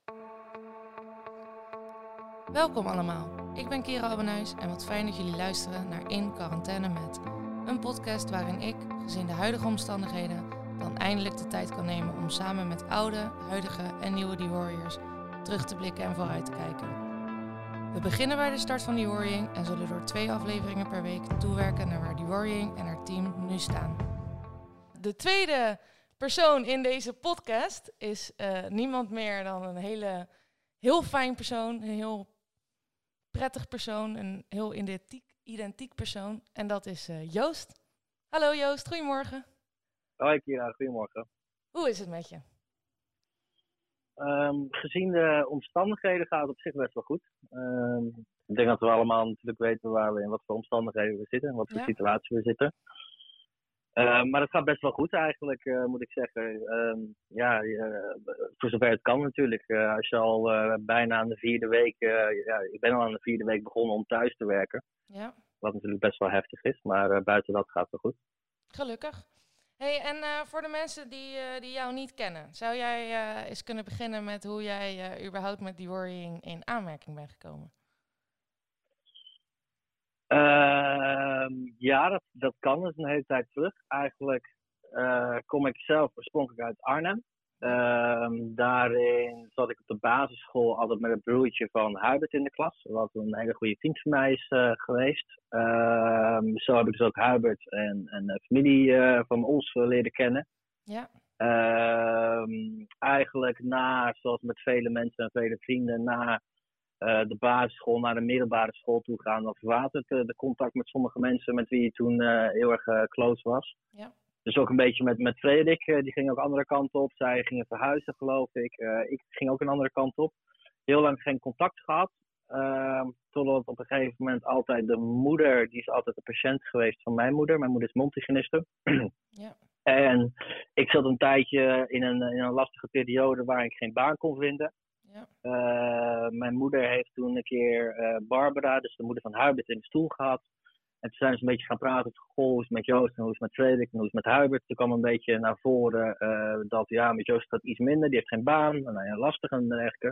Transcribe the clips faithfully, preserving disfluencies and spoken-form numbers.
Welkom allemaal, ik ben Kira Abbenhuis en wat fijn dat jullie luisteren naar In Quarantaine Met. Een podcast waarin ik, gezien de huidige omstandigheden, dan eindelijk de tijd kan nemen om samen met oude, huidige en nieuwe D-Warriors terug te blikken en vooruit te kijken. We beginnen bij de start van D-Warring en zullen door twee afleveringen per week toewerken naar waar D-Warring en haar team nu staan. De tweede persoon in deze podcast is uh, niemand meer dan een hele, heel fijn persoon, een heel prettig persoon, een heel identiek, identiek persoon. En dat is uh, Joost. Hallo Joost, goedemorgen. Hoi Kira, goedemorgen. Hoe is het met je? Um, gezien de omstandigheden gaat het op zich best wel goed. Um, ik denk dat we allemaal natuurlijk weten waar we in wat voor omstandigheden we zitten en wat voor ja. situatie we zitten. Uh, maar het gaat best wel goed eigenlijk, uh, moet ik zeggen. Um, ja, uh, voor zover het kan natuurlijk. Uh, als je al uh, bijna aan de vierde week, uh, ja, ik ben al aan de vierde week begonnen om thuis te werken. Ja. Wat natuurlijk best wel heftig is, maar uh, buiten dat gaat het wel goed. Gelukkig. Hey, en uh, voor de mensen die, uh, die jou niet kennen, zou jij uh, eens kunnen beginnen met hoe jij uh, überhaupt met D-Warring in aanmerking bent gekomen? Uh, ja, dat, dat kan. Dat is een hele tijd terug. Eigenlijk uh, kom ik zelf oorspronkelijk uit Arnhem. Uh, daarin zat ik op de basisschool altijd met een broertje van Hubert in de klas. Wat een hele goede vriend van mij is uh, geweest. Uh, zo heb ik dus ook Hubert en, en de familie uh, van ons uh, leren kennen. Ja. Uh, eigenlijk na, zoals met vele mensen en vele vrienden, na uh, de basisschool naar de middelbare school toe gaan, dan verwatert uh, de contact met sommige mensen met wie je toen uh, heel erg uh, close was. Ja. Dus ook een beetje met, met Frederik, uh, die ging ook andere kant op. Zij gingen verhuizen, geloof ik. Uh, ik ging ook een andere kant op. Heel lang geen contact gehad. Uh, totdat op een gegeven moment altijd de moeder, die is altijd de patiënt geweest van mijn moeder. Mijn moeder is mondhygiëniste. Ja. En ik zat een tijdje in een, in een lastige periode waar ik geen baan kon vinden. Ja. Uh, mijn moeder heeft toen een keer uh, Barbara, dus de moeder van Hubert, in de stoel gehad. En toen zijn ze een beetje gaan praten over goh, hoe is het met Joost en hoe is het met Frederik en hoe is het met Hubert. Toen kwam een beetje naar voren uh, dat ja, met Joost gaat iets minder, die heeft geen baan, nou ja, lastig en dergelijke.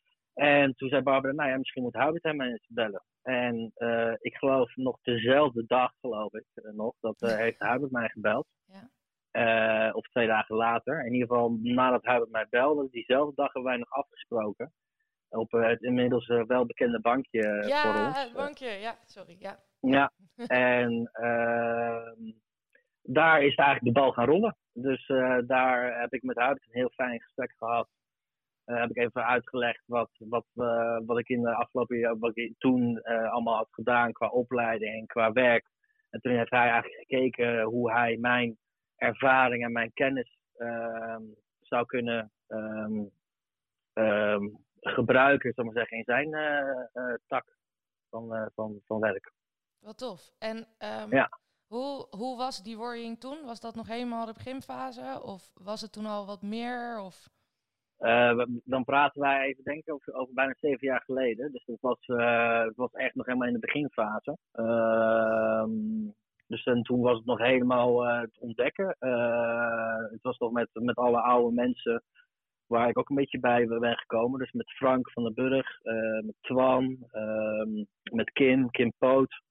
En toen zei Barbara, nou ja, misschien moet Hubert hem eens bellen. En uh, ik geloof nog dezelfde dag, geloof ik uh, nog, dat uh, heeft Hubert mij gebeld. Ja. Uh, of twee dagen later. In ieder geval nadat Hubert mij belde, diezelfde dag hebben wij nog afgesproken. Op uh, het inmiddels uh, welbekende bankje uh, ja, voor ons. Ja, het bankje, ja, sorry, ja. Ja, en uh, daar is eigenlijk de bal gaan rollen. Dus uh, daar heb ik met Hubert een heel fijn gesprek gehad. Uh, heb ik even uitgelegd wat, wat, uh, wat ik in de afgelopen jaar, wat ik toen uh, allemaal had gedaan qua opleiding en qua werk. En toen heeft hij eigenlijk gekeken hoe hij mijn ervaring en mijn kennis uh, zou kunnen um, um, gebruiken, zal ik maar zeggen, in zijn uh, uh, tak van, uh, van, van werk. Wat tof. En um, ja. hoe, hoe was D-Warring toen? Was dat nog helemaal de beginfase? Of was het toen al wat meer? Of... Uh, dan praten wij even, denk ik, over, over bijna zeven jaar geleden. Dus dat was, uh, het was echt nog helemaal in de beginfase. Uh, dus en toen was het nog helemaal uh, te ontdekken. Uh, het was nog met, met alle oude mensen waar ik ook een beetje bij ben gekomen. Dus met Frank van den Burg, uh, met Twan, uh, met Kim, Kim Poot.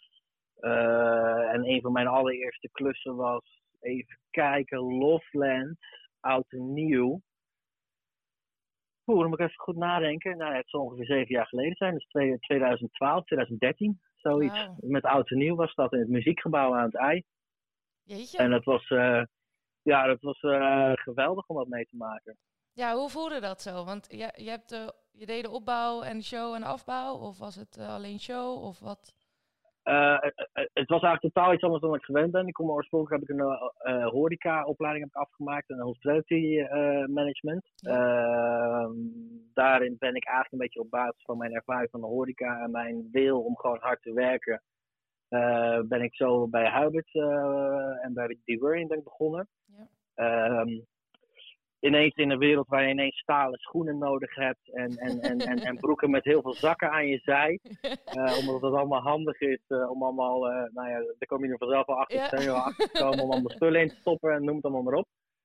Uh, en een van mijn allereerste klussen was, even kijken, Loveland, oud en nieuw. Oeh, dan moet ik even goed nadenken. Nou, het zal ongeveer zeven jaar geleden zijn. Dus twintig twaalf, twintig dertien, zoiets. Wow. Met oud en nieuw was dat in het muziekgebouw aan het I. Jeetje. En dat was, uh, ja, dat was uh, geweldig om dat mee te maken. Ja, hoe voelde dat zo? Want je, je, hebt, uh, je deed de opbouw en de show en de afbouw? Of was het uh, alleen show? Of wat? Uh, het, het was eigenlijk totaal iets anders dan ik gewend ben. Ik kom oorspronkelijk heb ik een uh, horeca-opleiding heb ik afgemaakt en een hospitality uh, management. Ja. Uh, daarin ben ik eigenlijk een beetje op basis van mijn ervaring van de horeca en mijn wil om gewoon hard te werken, uh, ben ik zo bij Hubert uh, en bij D-Warring ben ik begonnen. Ja. Um, ineens in een wereld waar je ineens stalen schoenen nodig hebt en, en, en, en, en broeken met heel veel zakken aan je zij. Uh, omdat het allemaal handig is uh, om allemaal, uh, nou ja, daar kom je er vanzelf al achter, ja. achter te komen om allemaal spullen in te stoppen en noem het allemaal maar op.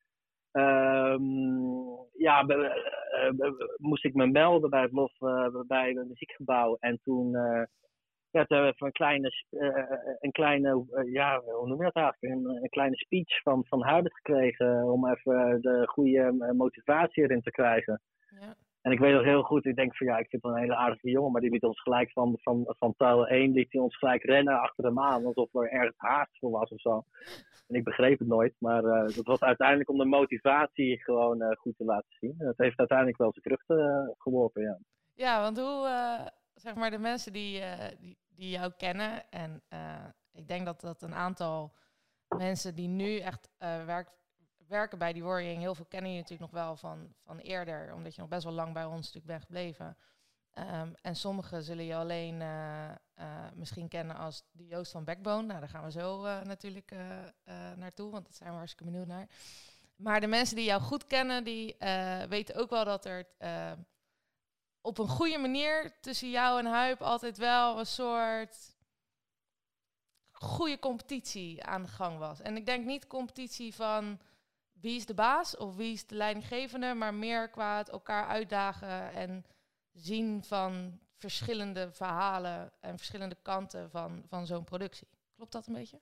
Um, ja, be, uh, be, moest ik me melden bij het L O F, uh, bij het muziekgebouw. En toen uh, ja, toen hebben we een kleine, uh, een kleine uh, ja, hoe noem je dat eigenlijk? Een, een kleine speech van, van Hubert gekregen om even de goede motivatie erin te krijgen. Ja. En ik weet nog heel goed, ik denk van ja, ik vind het een hele aardige jongen, maar die liet ons gelijk van, van, van tuil één, liet hij ons gelijk rennen achter hem aan, alsof er ergens haast voor was of zo. En ik begreep het nooit, maar uh, dat was uiteindelijk om de motivatie gewoon uh, goed te laten zien. En het heeft uiteindelijk wel zijn vruchten uh, geworpen, ja. Ja, want hoe, uh, zeg maar, de mensen die, uh, die, die jou kennen, en uh, ik denk dat dat een aantal mensen die nu echt uh, werk, werken bij Dewarrying, heel veel kennen je natuurlijk nog wel van, van eerder, omdat je nog best wel lang bij ons natuurlijk bent gebleven. Um, en sommigen zullen je alleen uh, uh, misschien kennen als de Joost van Backbone. Nou, daar gaan we zo uh, natuurlijk uh, uh, naartoe, want dat zijn we hartstikke benieuwd naar. Maar de mensen die jou goed kennen, die uh, weten ook wel dat er uh, op een goede manier tussen jou en Huib altijd wel een soort goede competitie aan de gang was. En ik denk niet competitie van wie is de baas of wie is de leidinggevende, maar meer qua het elkaar uitdagen en zien van verschillende verhalen en verschillende kanten van, van zo'n productie. Klopt dat een beetje?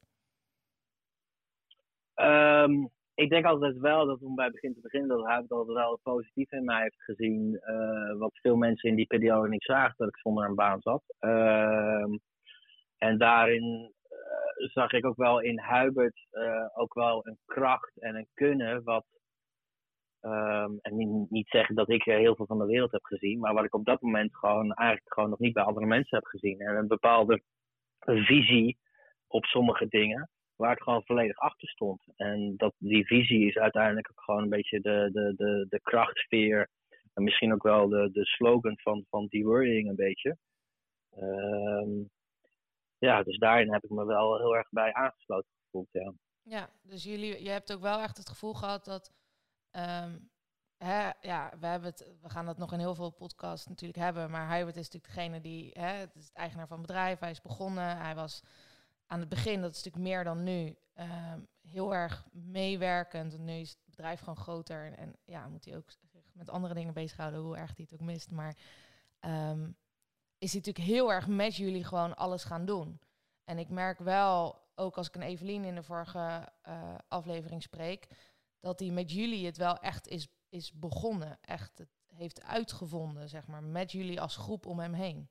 Um, ik denk altijd wel dat om bij begin te beginnen, dat hij het altijd wel positief in mij heeft gezien. Uh, wat veel mensen in die periode niet zagen, dat ik zonder een baan zat. Uh, en daarin uh, zag ik ook wel in Hubert uh, ook wel een kracht en een kunnen wat. Um, en niet, niet zeggen dat ik heel veel van de wereld heb gezien, maar wat ik op dat moment gewoon eigenlijk gewoon nog niet bij andere mensen heb gezien. En een bepaalde visie op sommige dingen waar ik gewoon volledig achter stond. En dat, die visie is uiteindelijk ook gewoon een beetje de, de, de, de krachtsfeer en misschien ook wel de, de slogan van, van Dewarrying een beetje. Um, ja, dus daarin heb ik me wel heel erg bij aangesloten gevoeld, ja. Ja, dus jullie, je hebt ook wel echt het gevoel gehad dat Um, hè, ja, we, hebben het, we gaan dat nog in heel veel podcasts natuurlijk hebben, maar Hubert is natuurlijk degene die, hè, het is het eigenaar van het bedrijf, hij is begonnen, hij was aan het begin, dat is natuurlijk meer dan nu, um, heel erg meewerkend. En nu is het bedrijf gewoon groter en, en ja, moet hij ook zich met andere dingen bezighouden, hoe erg hij het ook mist, maar um, is hij natuurlijk heel erg met jullie gewoon alles gaan doen. En ik merk wel, ook als ik een Evelien in de vorige uh, aflevering spreek, dat hij met jullie het wel echt is, is begonnen. Echt het heeft uitgevonden, zeg maar. Met jullie als groep om hem heen.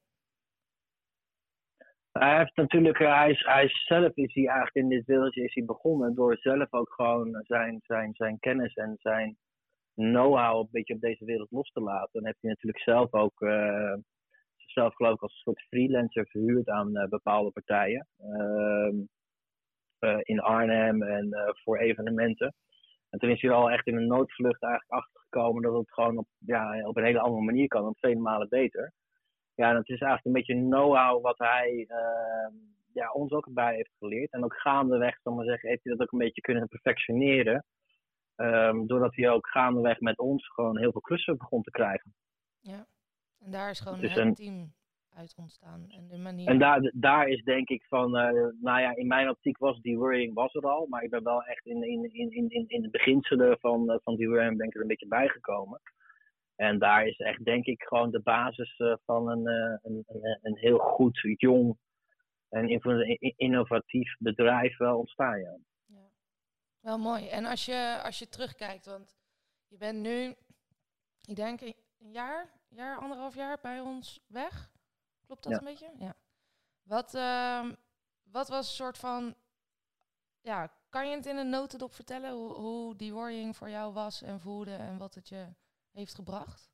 Hij heeft natuurlijk, uh, hij, is, hij is zelf is hij eigenlijk in dit wereldje is hij begonnen door zelf ook gewoon zijn, zijn, zijn kennis en zijn know-how een beetje op deze wereld los te laten. En heeft hij natuurlijk zelf ook uh, zichzelf geloof ik als een soort freelancer verhuurd aan uh, bepaalde partijen. Uh, uh, in Arnhem en uh, voor evenementen. En toen is hij al echt in een noodvlucht eigenlijk achtergekomen dat het gewoon op, ja, op een hele andere manier kan, op vele malen beter. Ja, en het is eigenlijk een beetje know-how wat hij uh, ja, ons ook erbij heeft geleerd. En ook gaandeweg, zal ik maar zeggen, heeft hij dat ook een beetje kunnen perfectioneren. Um, doordat hij ook gaandeweg met ons gewoon heel veel klussen begon te krijgen. Ja, en daar is gewoon het, het een, team uit ontstaan. En, de manier... en daar, daar is denk ik van, uh, nou ja, in mijn optiek was Dewarrying was er al. Maar ik ben wel echt in, in, in, in, in de beginselen van, uh, van Dewarrying ben ik er een beetje bijgekomen. En daar is echt, denk ik, gewoon de basis uh, van een, uh, een, een, een heel goed, jong en innovatief bedrijf wel ontstaan. Ja. Ja. Wel mooi. En als je, als je terugkijkt, want je bent nu, ik denk, een jaar, jaar, anderhalf jaar bij ons weg. Klopt dat ja. een beetje? Ja. Wat, uh, wat was een soort van, ja, kan je het in een notendop vertellen hoe, hoe Dewarrying voor jou was en voelde en wat het je heeft gebracht?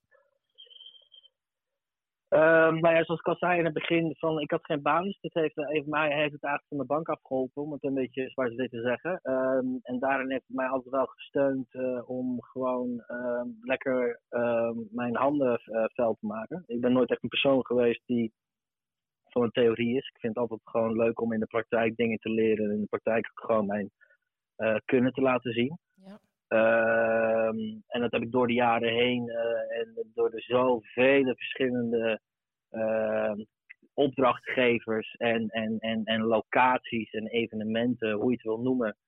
Um, nou ja, zoals ik al zei in het begin, van, ik had geen baan, dus dit heeft, heeft mij heeft het eigenlijk van de bank afgeholpen, om het een beetje zwart te zeggen. Um, en daarin heeft het mij altijd wel gesteund uh, om gewoon um, lekker um, mijn handen uh, vuil te maken. Ik ben nooit echt een persoon geweest die van een theorie is. Ik vind het altijd gewoon leuk om in de praktijk dingen te leren en in de praktijk ook gewoon mijn uh, kunnen te laten zien. Ja. Um, en dat heb ik door de jaren heen uh, en door de zoveel verschillende uh, opdrachtgevers en, en, en, en locaties en evenementen, hoe je het wil noemen,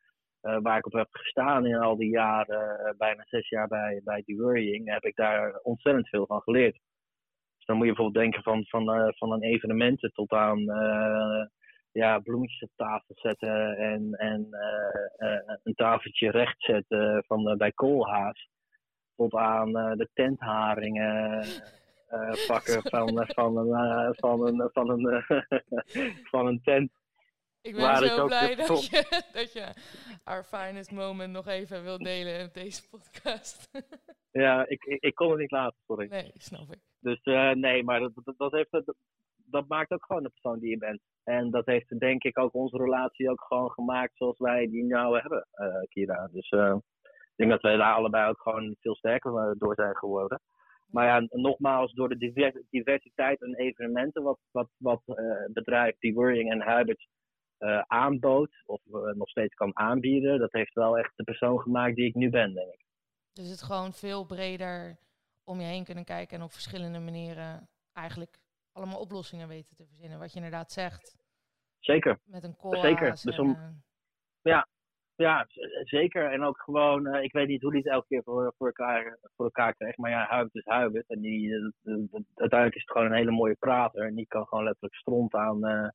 uh, waar ik op heb gestaan in al die jaren, uh, bijna zes jaar bij, bij D-Worrying, heb ik daar ontzettend veel van geleerd. Dus dan moet je bijvoorbeeld denken van, van, uh, van een evenementen tot aan uh, ja, bloemetjes op tafel zetten en, en uh, uh, een tafeltje recht zetten van, uh, bij koolhaas. Tot aan uh, de tentharingen uh, pakken van, van, een, uh, van, een, van, een, uh, van een tent. Ik ben zo blij dat je, dat je our finest moment nog even wilt delen in deze podcast. Ja, ik, ik, ik kon het niet laten, sorry. Nee, snap ik. Dus uh, nee, maar dat, dat, dat, heeft, dat, dat maakt ook gewoon de persoon die je bent. En dat heeft denk ik ook onze relatie ook gewoon gemaakt zoals wij die nou hebben, uh, Kira. Dus uh, ik denk dat wij daar allebei ook gewoon veel sterker door zijn geworden. Maar ja, nogmaals, door de diversiteit en evenementen wat, wat, wat uh, bedrijf D-Worrying en Hubert uh, aanbood, of uh, nog steeds kan aanbieden, dat heeft wel echt de persoon gemaakt die ik nu ben, denk ik. Dus het gewoon veel breder om je heen kunnen kijken en op verschillende manieren eigenlijk allemaal oplossingen weten te verzinnen. Wat je inderdaad zegt. Zeker. Met een koolhaas. Zeker. Dus om, uh... ja, ja, zeker. En ook gewoon, uh, ik weet niet hoe die het elke keer voor, voor, elkaar, voor elkaar krijgt. Maar ja, Hubert is Hubert. En die, uh, uh, uh, uiteindelijk is het gewoon een hele mooie prater. En die kan gewoon letterlijk stront aan, uh,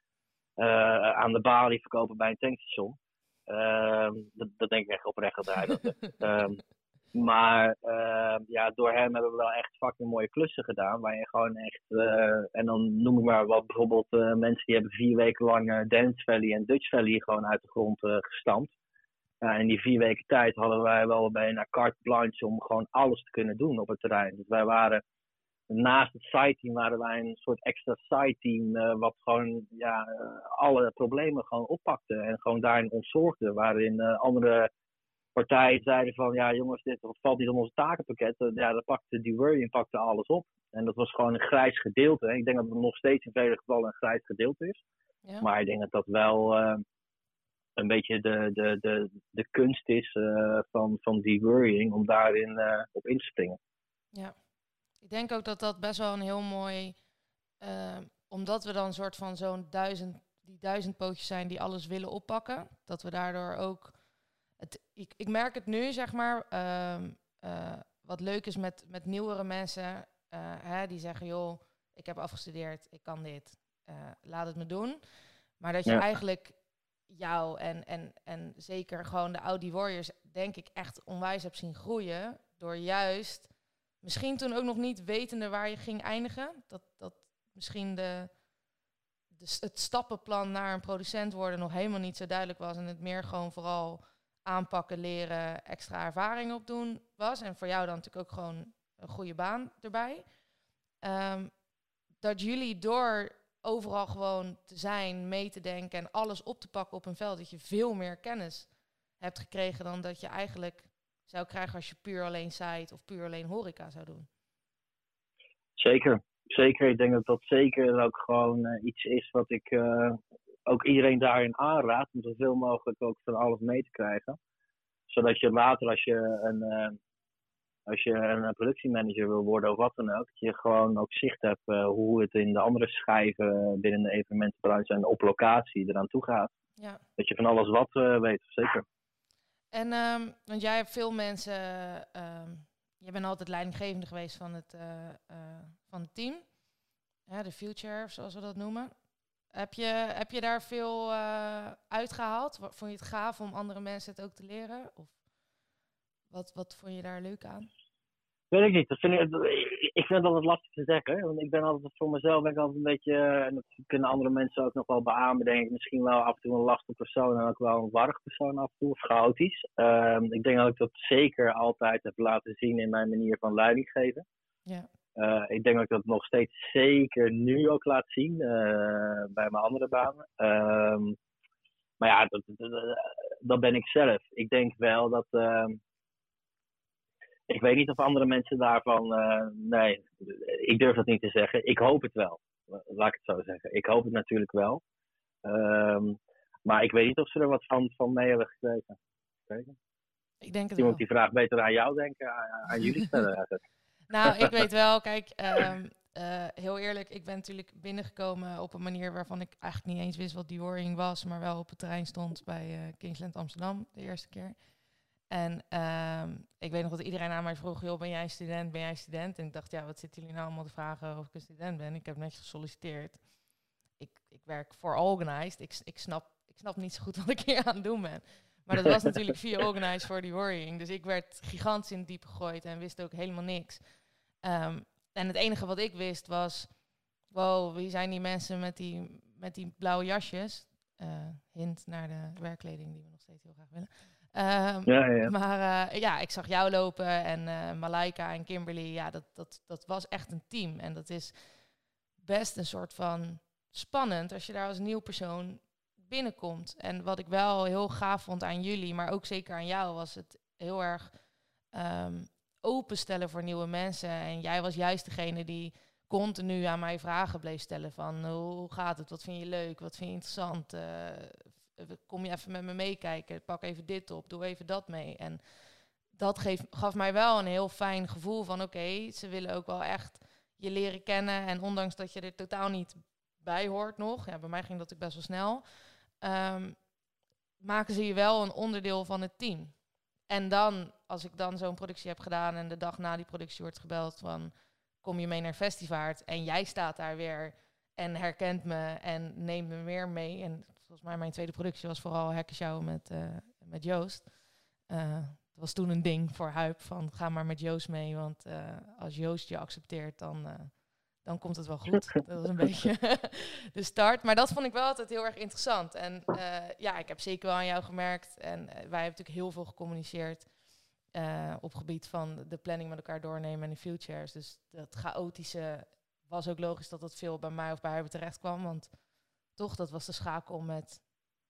uh, aan de balie verkopen bij een tankstation. Uh, dat, dat denk ik echt oprecht dat hij dat um, Maar uh, ja, door hem hebben we wel echt fucking mooie klussen gedaan. Waar je gewoon echt, uh, en dan noem ik maar wat, bijvoorbeeld uh, mensen die hebben vier weken lang uh, Dance Valley en Dutch Valley gewoon uit de grond uh, gestampt. Uh, in die vier weken tijd hadden wij wel bijna carte blanche om gewoon alles te kunnen doen op het terrein. Dus wij waren, naast het site-team waren wij een soort extra site-team uh, wat gewoon ja, uh, alle problemen gewoon oppakte en gewoon daarin ontzorgde. Waarin uh, andere partijen zeiden van, ja jongens, dit valt niet onder ons takenpakket. Ja, dat pakte D-Worrying pakte alles op. En dat was gewoon een grijs gedeelte. Ik denk dat het nog steeds in vele gevallen een grijs gedeelte is. Ja. Maar ik denk dat dat wel uh, een beetje de, de, de, de kunst is uh, van, van D-Worrying om daarin uh, op in te springen. Ja, ik denk ook dat dat best wel een heel mooi, uh, omdat we dan een soort van zo'n duizend, die duizend pootjes zijn die alles willen oppakken, dat we daardoor ook Het, ik, ik merk het nu, zeg maar, uh, uh, wat leuk is met, met nieuwere mensen, uh, hè, die zeggen, joh, ik heb afgestudeerd, ik kan dit, uh, laat het me doen. Maar dat je ja. eigenlijk jou en, en, en zeker gewoon de Audi Warriors, denk ik, echt onwijs hebt zien groeien, door juist, misschien toen ook nog niet wetende waar je ging eindigen, dat, dat misschien de, de, het stappenplan naar een producent worden nog helemaal niet zo duidelijk was en het meer gewoon vooral aanpakken, leren, extra ervaring opdoen was. En voor jou dan natuurlijk ook gewoon een goede baan erbij. Um, dat jullie door overal gewoon te zijn, mee te denken en alles op te pakken op een veld, dat je veel meer kennis hebt gekregen dan dat je eigenlijk zou krijgen als je puur alleen site of puur alleen horeca zou doen. Zeker, zeker. Ik denk dat dat zeker ook gewoon uh, iets is wat ik uh, ook iedereen daarin aanraad, om zoveel mogelijk ook van alles mee te krijgen. Zodat je later, als je een, uh, als je een productiemanager wil worden of wat dan ook, dat je gewoon ook zicht hebt uh, hoe het in de andere schijven binnen de evenementenbranche en op locatie eraan toe gaat. Ja. Dat je van alles wat uh, weet, zeker. En, um, want jij hebt veel mensen, uh, um, je bent altijd leidinggevende geweest van het, uh, uh, van het team, ja, de future, zoals we dat noemen. Heb je, heb je daar veel uh, uitgehaald? Vond je het gaaf om andere mensen het ook te leren? Of wat, wat vond je daar leuk aan? Weet ik niet. Dat vind ik, ik vind het altijd lastig te zeggen. Want ik ben altijd voor mezelf ben ik altijd een beetje, en dat kunnen andere mensen ook nog wel beamen, denk ik, misschien wel af en toe een lastige persoon en ook wel een warrig persoon af en toe, of chaotisch. Um, ik denk dat ik dat zeker altijd heb laten zien in mijn manier van leiding geven. Ja. Uh, ik denk dat ik dat nog steeds zeker nu ook laat zien uh, bij mijn andere banen. Um, maar ja, dat, dat, dat ben ik zelf. Ik denk wel dat... Uh, ik weet niet of andere mensen daarvan... Uh, nee, ik durf dat niet te zeggen. Ik hoop het wel. Laat ik het zo zeggen. Ik hoop het natuurlijk wel. Um, maar ik weet niet of ze er wat van, van mee hebben gekregen. Ik denk het Iemand wel. die vraag beter aan jou denken, aan, aan jullie stellen eigenlijk. Nou, ik weet wel, kijk, um, uh, heel eerlijk, ik ben natuurlijk binnengekomen op een manier waarvan ik eigenlijk niet eens wist wat D-Warring was, maar wel op het terrein stond bij uh, Kingsland Amsterdam de eerste keer. En uh, ik weet nog dat iedereen aan mij vroeg, joh, ben jij student, ben jij student? En ik dacht, ja, wat zitten jullie nou allemaal te vragen of ik een student ben? Ik heb net gesolliciteerd. Ik, ik werk voor Organized. Ik, ik, snap, ik snap niet zo goed wat ik hier aan het doen ben. Maar dat was natuurlijk via Organized voor D-Warring. Dus ik werd gigantisch in het diepe gegooid en wist ook helemaal niks. Um, en het enige wat ik wist was, wow, wie zijn die mensen met die, met die blauwe jasjes? Uh, hint naar de werkkleding die we nog steeds heel graag willen. Um, ja, ja. Maar uh, ja, ik zag jou lopen en uh, Malaika en Kimberly. Ja, dat, dat, dat was echt een team. En dat is best een soort van spannend als je daar als nieuw persoon binnenkomt. En wat ik wel heel gaaf vond aan jullie, maar ook zeker aan jou, was het heel erg um, openstellen voor nieuwe mensen. En jij was juist degene die continu aan mij vragen bleef stellen van hoe gaat het, wat vind je leuk, wat vind je interessant, uh, kom je even met me meekijken, pak even dit op, doe even dat mee. En dat geef, gaf mij wel een heel fijn gevoel van oké, okay, ze willen ook wel echt je leren kennen. En ondanks dat je er totaal niet bij hoort nog, ja, bij mij ging dat ook best wel snel, um, maken ze je wel een onderdeel van het team. En dan, als ik dan zo'n productie heb gedaan en de dag na die productie wordt gebeld van kom je mee naar Festivaart en jij staat daar weer en herkent me en neemt me weer mee. En volgens mij mijn tweede productie was vooral Hekkensjouwen met, uh, met Joost. Uh, dat was toen een ding voor Huip van ga maar met Joost mee, want uh, als Joost je accepteert, dan, uh, dan komt het wel goed. Dat was een beetje de start. Maar dat vond ik wel altijd heel erg interessant. En uh, ja, ik heb zeker wel aan jou gemerkt en uh, wij hebben natuurlijk heel veel gecommuniceerd uh, op gebied van de planning met elkaar doornemen en de field chairs. Dus dat chaotische was ook logisch dat dat veel bij mij of bij Huip terecht kwam, want toch, dat was de schakel met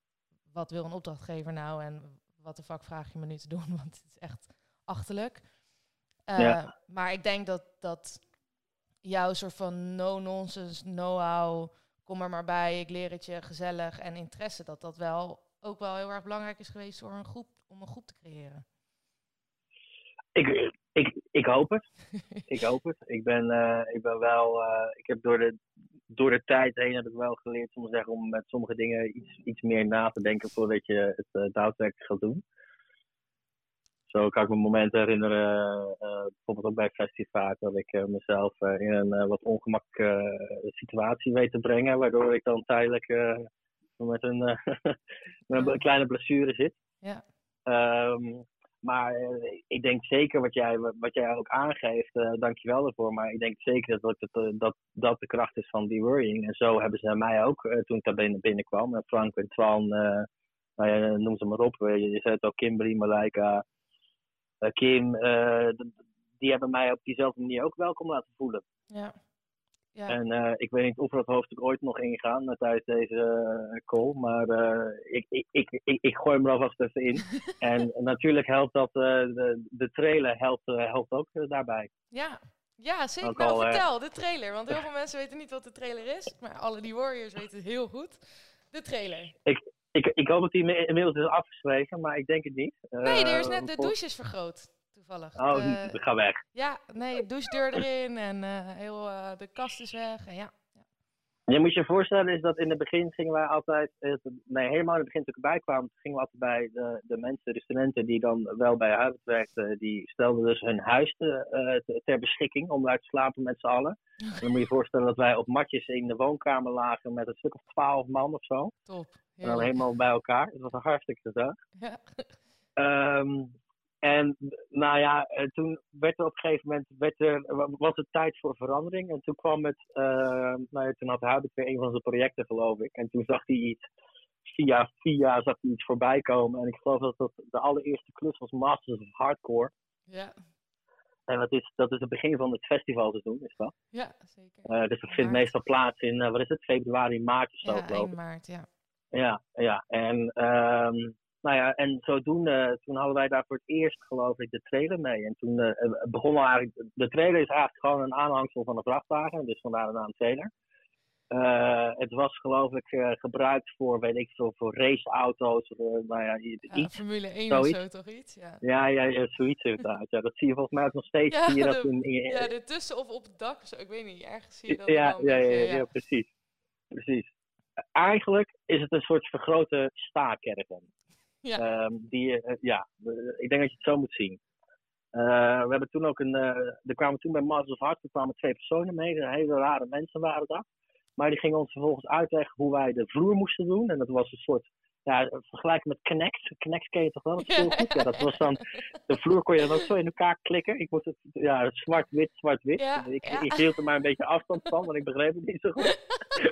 wat wil een opdrachtgever nou en wat de fuck vraag je me nu te doen, want het is echt achterlijk. Uh, ja. Maar ik denk dat, dat jouw soort van no-nonsense, know-how, kom er maar bij, ik leer het je, gezellig en interesse, dat dat wel ook wel heel erg belangrijk is geweest voor een groep, om een groep te creëren. Ik, ik, ik hoop het. ik hoop het. Ik ben, uh, ik ben wel, uh, ik heb door de, door de tijd heen heb ik wel geleerd soms zeggen, om met sommige dingen iets, iets meer na te denken voordat je het uh, daadwerkelijk gaat doen. Zo kan ik me momenten herinneren, uh, bijvoorbeeld ook bij Festivaart, dat ik uh, mezelf uh, in een uh, wat ongemakkelijke uh, situatie weet te brengen, waardoor ik dan tijdelijk uh, met, een, uh, met een kleine blessure zit. Ja. Um, Maar uh, ik denk zeker wat jij, wat jij ook aangeeft, uh, dankjewel ervoor. Maar ik denk zeker dat dat, uh, dat, dat de kracht is van D-Warring. En zo hebben ze mij ook, uh, toen ik daar binnen, binnenkwam. Uh, Frank en Twan, uh, nou ja, noem ze maar op. Je, je zei het ook, Kimberly, Malaika, uh, Kim. Uh, d- die hebben mij op diezelfde manier ook welkom laten voelen. Ja. Ja. En uh, ik weet niet of we dat hoofdstuk ooit nog ingaan uh, tijdens deze uh, call, maar uh, ik, ik, ik, ik, ik gooi hem er alvast even in. En natuurlijk helpt dat, uh, de, de trailer helpt, uh, helpt ook uh, daarbij. Ja, ja zeker. Ook nou, al, vertel, uh, de trailer, want heel veel mensen weten niet wat de trailer is, maar alle die Warriors weten het heel goed. De trailer. Ik, ik, ik hoop dat die inmiddels is afgeschreven, maar ik denk het niet. Uh, nee, er is net de douches vergroot. Toevallig. Oh, de, ga weg. Ja, nee, douchedeur erin en uh, heel, uh, de kast is weg. En ja, ja. Je moet je voorstellen is dat in het begin gingen wij altijd, uh, nee helemaal in het begin toen ik erbij kwam, gingen we altijd bij de, de mensen, de studenten die dan wel bij Huip werkten, die stelden dus hun huis te, uh, ter beschikking om daar te slapen met z'n allen. En dan moet je je voorstellen dat wij op matjes in de woonkamer lagen met een stuk of twaalf man of zo. Top. En dan helemaal bij elkaar. Het was een hartstikke gezellig. Ja. Um, En nou ja, toen werd er op een gegeven moment, werd er, was het tijd voor verandering. En toen kwam het, uh, nou ja, toen had Hubert weer een van zijn projecten geloof ik. En toen zag hij iets, via via zag hij iets voorbij komen. En ik geloof dat dat de allereerste klus was Masters of Hardcore. Ja. En dat is, dat is het begin van het festivalseizoen, is dat? Ja, zeker. Uh, dus dat vindt meestal plaats in, uh, wat is het, februari, maart of zo ja, geloof ik. één maart, ja. Ja, ja. En... Um, Nou ja, en zodoende, toen hadden wij daar voor het eerst, geloof ik, de trailer mee. En toen uh, begonnen we eigenlijk, de trailer is eigenlijk gewoon een aanhangsel van een vrachtwagen, dus vandaar de naam trailer. Uh, het was geloof ik uh, gebruikt voor, weet ik veel, voor raceauto's. Uh, nou ja, iets. Ja, Formule één zoiets. of zo toch iets? Ja, ja, ja, ja zoiets inderdaad. Ja, dat zie je volgens mij ook nog steeds. Ja, zie je dat de, in, in, ja ertussen of op het dak of zo. Ik weet niet, ergens zie je dat ja, wel een ja, beetje. ja, Ja, ja, precies. precies. Eigenlijk is het een soort vergrote sta-caravan. Ja. Um, die, uh, ja, ik denk dat je het zo moet zien. Uh, we hebben toen ook een, uh, er kwamen toen bij Masters of Hearts, er kwamen twee personen mee, hele rare mensen waren dat. Maar die gingen ons vervolgens uitleggen hoe wij de vloer moesten doen. En dat was een soort, ja, vergelijken met Connect. Connect ken je toch wel, dat is heel goed. Ja, dat was dan, de vloer kon je dan ook zo in elkaar klikken. Ik moest het, ja, zwart-wit, zwart-wit. Ja, ik, ja. ik hield er maar een beetje afstand van, want ik begreep het niet zo goed.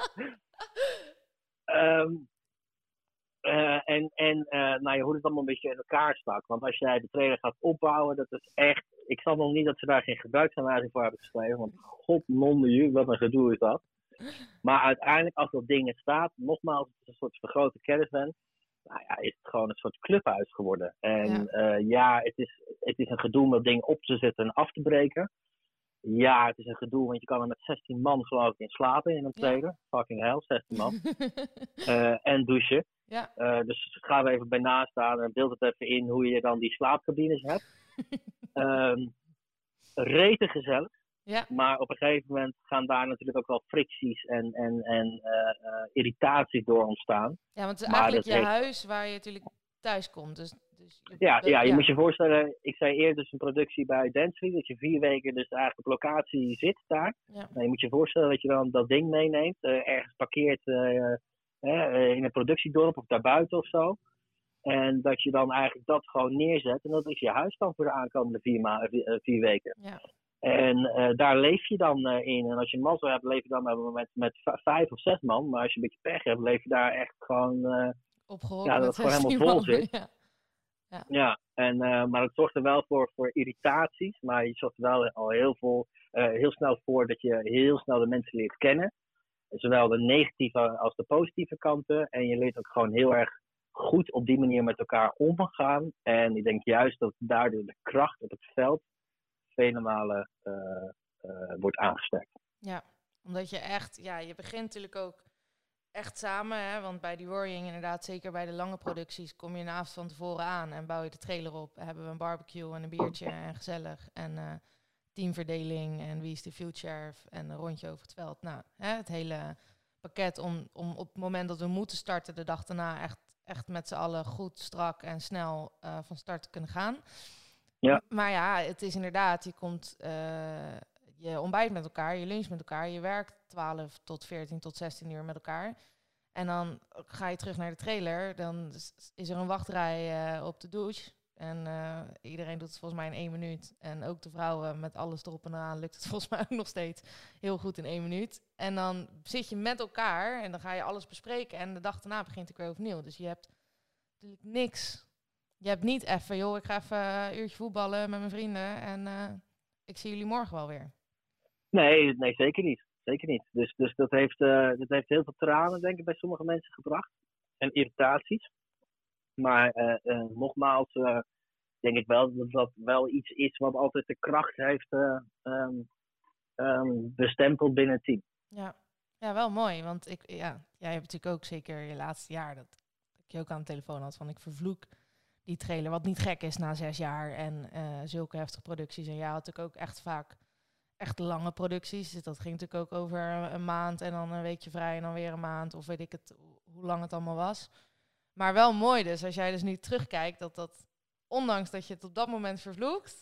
um, Uh, en en uh, nou, je hoe het allemaal een beetje in elkaar stak. Want als jij de trailer gaat opbouwen, dat is echt. Ik snap nog niet dat ze daar geen gebruiksaanwijzing voor hebben geschreven. Want god nonde je, wat een gedoe is dat. Maar uiteindelijk, als dat ding er staat, nogmaals, het is een soort vergrote caravan. Nou ja, is het gewoon een soort clubhuis geworden. En ja, uh, ja het, is, het is een gedoe om dat ding op te zetten en af te breken. Ja, het is een gedoe, want je kan er met zestien man geloof ik in slapen in een trailer. Ja. Fucking hell, zestien man. uh, en douchen. Ja. Uh, dus gaan we even bij naast staan en beeld het even in hoe je dan die slaapcabines hebt. um, rete gezellig. Ja. Maar op een gegeven moment gaan daar natuurlijk ook wel fricties en, en, en uh, uh, irritaties door ontstaan. Ja, want het is maar eigenlijk je heeft... huis waar je natuurlijk thuis komt. Dus, dus je, ja, dat, ja, je ja. moet je voorstellen, ik zei eerder dus een productie bij Dance dat je vier weken dus eigenlijk op locatie zit daar. Ja. Nou, je moet je voorstellen dat je dan dat ding meeneemt, uh, ergens parkeert uh, uh, in een productiedorp of daarbuiten of zo. En dat je dan eigenlijk dat gewoon neerzet en dat is je huis dan voor de aankomende vier, ma- uh, vier weken. Ja. En uh, daar leef je dan uh, in. En als je een mazzel hebt, leef je dan met, met v- vijf of zes man. Maar als je een beetje pech hebt, leef je daar echt gewoon... Uh, Opgehokt ja, dat het gewoon helemaal vol zit. Ja, ja. ja en, uh, maar het zorgt er wel voor, voor irritaties. Maar je zorgt er wel al heel, veel, uh, heel snel voor dat je heel snel de mensen leert kennen. Zowel de negatieve als de positieve kanten. En je leert ook gewoon heel erg goed op die manier met elkaar omgaan. En ik denk juist dat daardoor de kracht op het veld vele malen uh, uh, wordt aangesterkt. Ja, omdat je echt, ja, je begint natuurlijk ook echt samen, hè, want bij die Worrying inderdaad, zeker bij de lange producties, kom je een avond van tevoren aan en bouw je de trailer op, hebben we een barbecue en een biertje en gezellig en uh, teamverdeling en wie is de field sheriff en een rondje over het veld. Nou, hè, het hele pakket om, om op het moment dat we moeten starten de dag daarna echt, echt met z'n allen goed, strak en snel uh, van start te kunnen gaan. Ja. Maar ja, het is inderdaad, je komt, uh, je ontbijt met elkaar, je lunch met elkaar, je werkt twaalf tot veertien tot zestien uur met elkaar. En dan ga je terug naar de trailer, dan is er een wachtrij uh, op de douche. En uh, iedereen doet het volgens mij in één minuut. En ook de vrouwen met alles erop en eraan lukt het volgens mij ook nog steeds heel goed in één minuut. En dan zit je met elkaar en dan ga je alles bespreken en de dag daarna begint het weer overnieuw. Dus je hebt natuurlijk niks... Je hebt niet even, joh, ik ga even een uurtje voetballen met mijn vrienden en uh, ik zie jullie morgen wel weer. Nee, nee zeker niet. Zeker niet. Dus, dus dat, heeft, uh, dat heeft heel veel tranen, denk ik, bij sommige mensen gebracht. En irritaties. Maar uh, uh, nogmaals, uh, denk ik wel dat dat wel iets is wat altijd de kracht heeft uh, um, um, bestempeld binnen het team. Ja. Ja, wel mooi. Want ik, ja, jij hebt natuurlijk ook zeker je laatste jaar dat ik je ook aan de telefoon had van ik vervloek die trailer, wat niet gek is na zes jaar en uh, zulke heftige producties. En jij had natuurlijk ook echt vaak echt lange producties. Dus dat ging natuurlijk ook over een maand en dan een weekje vrij en dan weer een maand. Of weet ik het, hoe lang het allemaal was. Maar wel mooi dus, als jij dus nu terugkijkt, dat dat, ondanks dat je het op dat moment vervloekt,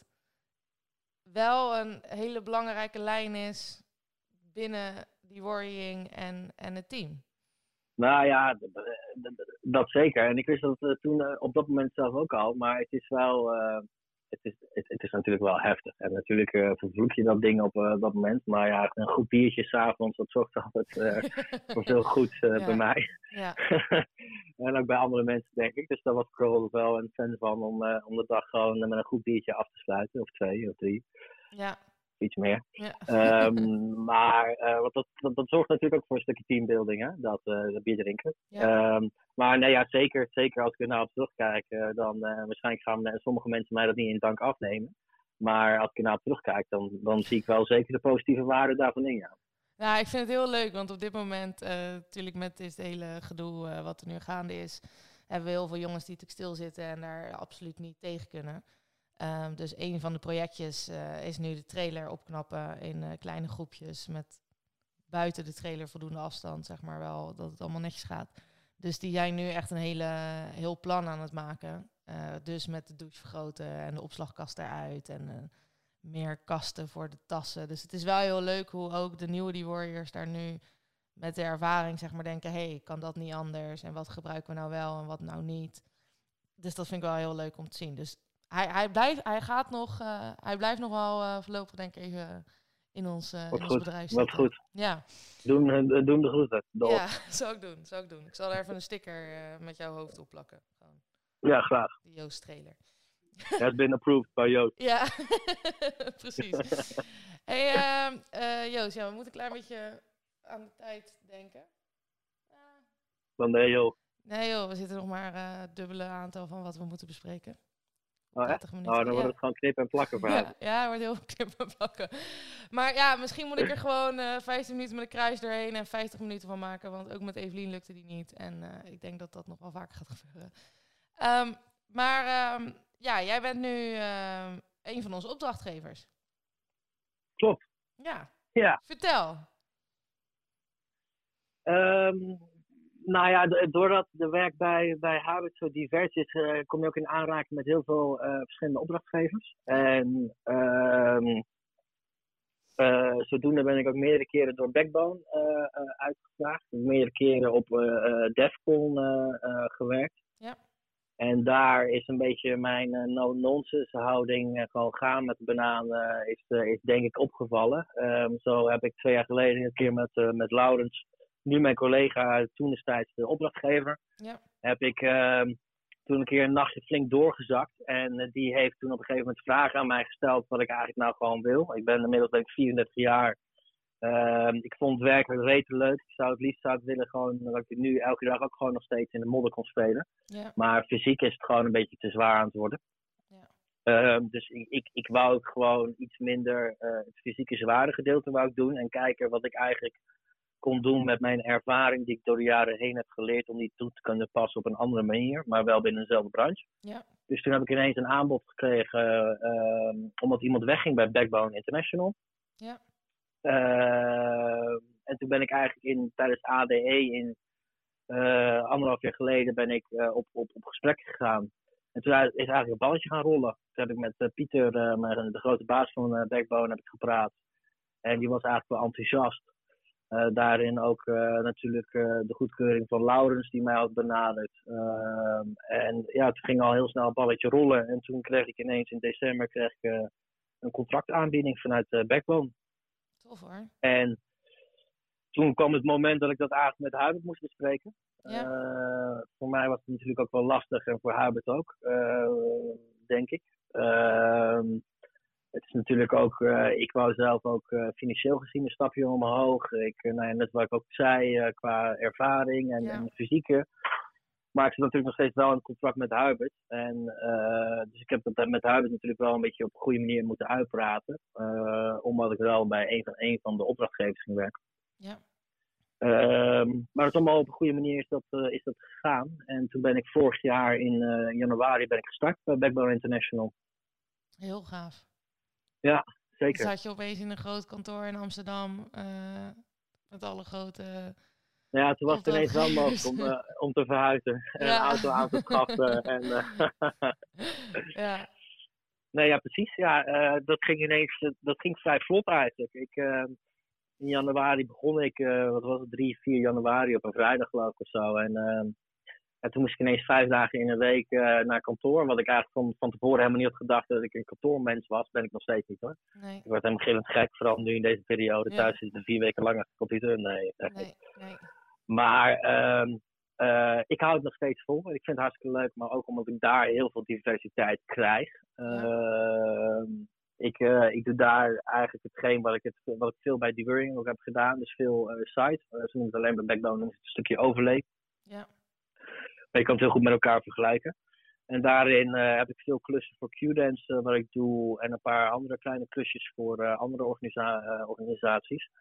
wel een hele belangrijke lijn is binnen die Worrying en, en het team. Nou ja, d- d- d- dat zeker. En ik wist dat uh, toen uh, op dat moment zelf ook al. Maar het is wel, uh, het, is, het, het is natuurlijk wel heftig. En natuurlijk uh, vervloek je dat ding op uh, dat moment. Maar ja, een goed biertje s'avonds, dat zorgt altijd uh, voor veel goeds uh, Ja. bij mij. Ja. En ook bij andere mensen, denk ik. Dus daar was ik er wel een fan van om, uh, om de dag gewoon met een goed biertje af te sluiten. Of twee, of drie. Ja. Iets meer. Ja. Um, maar uh, want dat, dat, dat zorgt natuurlijk ook voor een stukje teambuilding, hè? Dat, uh, dat bier drinken. Ja. Um, maar nee, ja, zeker, zeker als ik er nou op terugkijk, uh, dan uh, waarschijnlijk gaan uh, sommige mensen mij dat niet in dank afnemen. Maar als ik er nou op terugkijk, dan, dan zie ik wel zeker de positieve waarde daarvan in, ja. Nou, ik vind het heel leuk, want op dit moment, uh, natuurlijk met dit hele gedoe uh, wat er nu gaande is, hebben we heel veel jongens die textiel zitten en daar absoluut niet tegen kunnen. Um, dus een van de projectjes uh, is nu de trailer opknappen in uh, kleine groepjes met buiten de trailer voldoende afstand, zeg maar wel, dat het allemaal netjes gaat. Dus die zijn nu echt een hele, heel plan aan het maken. Uh, dus met de douche vergroten en de opslagkast eruit en uh, meer kasten voor de tassen. Dus het is wel heel leuk hoe ook de nieuwe die Warriors daar nu met de ervaring, zeg maar, denken, hé, hey, kan dat niet anders? En wat gebruiken we nou wel en wat nou niet? Dus dat vind ik wel heel leuk om te zien. Dus hij, hij, blijft, hij gaat nog, uh, hij blijft nog wel uh, voorlopig denk ik even in ons, uh, in ons bedrijf zitten. Wat goed. Ja. Doen, uh, doen de groeten. Ja, zou ik doen, zou ik doen. Ik zal er even een sticker uh, met jouw hoofd op plakken. Gewoon. Ja, graag. Die Joost trailer. Has been approved by Joost. Ja, precies. Hey, uh, uh, Joost, ja, we moeten een klein beetje aan de tijd denken. Uh, Dan nee joh. Nee joh, we zitten nog maar uh, het dubbele aantal van wat we moeten bespreken. Oh, echt? Oh, dan wordt ja. het gewoon knippen en plakken voor ja, ja, het wordt heel knippen en plakken. Maar ja, misschien moet ik er gewoon uh, vijftien minuten met een kruis doorheen en vijftig minuten van maken. Want ook met Evelien lukte die niet. En uh, ik denk dat dat nog wel vaker gaat gebeuren. Um, maar um, ja, jij bent nu uh, een van onze opdrachtgevers. Klopt. Ja. Ja. Vertel. Um, nou ja, d- doordat de werk bij, bij Habit zo divers is, uh, kom je ook in aanraking met heel veel uh, verschillende opdrachtgevers. En um, uh, zodoende ben ik ook meerdere keren door Backbone uh, uh, uitgevraagd. Meerdere keren op uh, uh, Defcon uh, uh, gewerkt. Ja. En daar is een beetje mijn uh, no-nonsense houding uh, gewoon gaan met de banaan uh, is, uh, is denk ik opgevallen. Um, zo heb ik twee jaar geleden een keer met, uh, met Laurens, nu mijn collega, toen destijds de opdrachtgever, ja. heb ik uh, toen een keer een nachtje flink doorgezakt. En uh, die heeft toen op een gegeven moment vragen aan mij gesteld wat ik eigenlijk nou gewoon wil. Ik ben inmiddels ben ik vierendertig jaar. Uh, ik vond het werk rete leuk. Ik zou het liefst zou ik willen gewoon dat ik nu elke dag ook gewoon nog steeds in de modder kon spelen. Ja. Maar fysiek is het gewoon een beetje te zwaar aan het worden. Ja. Uh, dus ik, ik, ik wou ook gewoon iets minder uh, het fysieke zware gedeelte wou ik doen. En kijken wat ik eigenlijk kon doen met mijn ervaring die ik door de jaren heen heb geleerd om die toe te kunnen passen op een andere manier. Maar wel binnen dezelfde branche. Ja. Dus toen heb ik ineens een aanbod gekregen uh, uh, omdat iemand wegging bij Backbone International. Ja. Uh, en toen ben ik eigenlijk in, tijdens A D E in uh, anderhalf jaar geleden ben ik uh, op, op, op gesprek gegaan. En toen is eigenlijk een balletje gaan rollen. Toen heb ik met uh, Pieter, uh, de grote baas van uh, Backbone, heb ik gepraat. En die was eigenlijk wel enthousiast. Uh, daarin ook uh, natuurlijk uh, de goedkeuring van Laurens die mij had benaderd. Uh, en ja, toen ging al heel snel een balletje rollen. En toen kreeg ik ineens in december kreeg ik, uh, een contractaanbieding vanuit uh, Backbone. Tof hoor. En toen kwam het moment dat ik dat eigenlijk met Hubert moest bespreken. Ja. Uh, voor mij was het natuurlijk ook wel lastig en voor Hubert ook, uh, denk ik. Uh, het is natuurlijk ook, uh, ik wou zelf ook uh, financieel gezien een stapje omhoog. Ik, uh, nou ja, net wat ik ook zei, uh, qua ervaring en, ja. en fysieke. Maar ik zit natuurlijk nog steeds wel in het contract met Hubert. En, uh, dus ik heb het met Hubert natuurlijk wel een beetje op een goede manier moeten uitpraten. Uh, omdat ik wel bij een van, een van de opdrachtgevers ging werken. Ja. Uh, maar het allemaal op een goede manier is dat, uh, is dat gegaan. En toen ben ik vorig jaar in uh, januari ben ik gestart bij Backbone International. Heel gaaf. Ja, zeker. Dan zat je opeens in een groot kantoor in Amsterdam. Uh, met alle grote... Ja, toen was het ineens wel mogelijk om, uh, om te verhuizen. En ja. een auto aan te schaffen. en, uh, ja. Nee, ja, precies. Ja, uh, dat ging ineens, dat ging vrij vlot eigenlijk. Ik, uh, in januari begon ik, uh, wat was het, drie, vier januari op een vrijdag geloof ik of zo. En, uh, en toen moest ik ineens vijf dagen in een week uh, naar kantoor. Wat ik eigenlijk van, van tevoren helemaal niet had gedacht dat ik een kantoormens was. Ben ik nog steeds niet hoor. Nee. Ik word helemaal gillend gek, vooral nu in deze periode. Ja. Thuis zitten vier weken lang achter de computer. Nee, echt nee, niet. nee. Maar uh, uh, ik hou het nog steeds vol. Ik vind het hartstikke leuk, maar ook omdat ik daar heel veel diversiteit krijg. Uh, ja. ik, uh, ik doe daar eigenlijk hetgeen wat ik, het, wat ik veel bij Deburring ook heb gedaan. Dus veel uh, site. Uh, ze noemen het alleen bij Backbone een stukje overlay. Ja. Maar je kan het heel goed met elkaar vergelijken. En daarin uh, heb ik veel klussen voor Q-Dance uh, wat ik doe. En een paar andere kleine klusjes voor uh, andere organisa- uh, organisaties.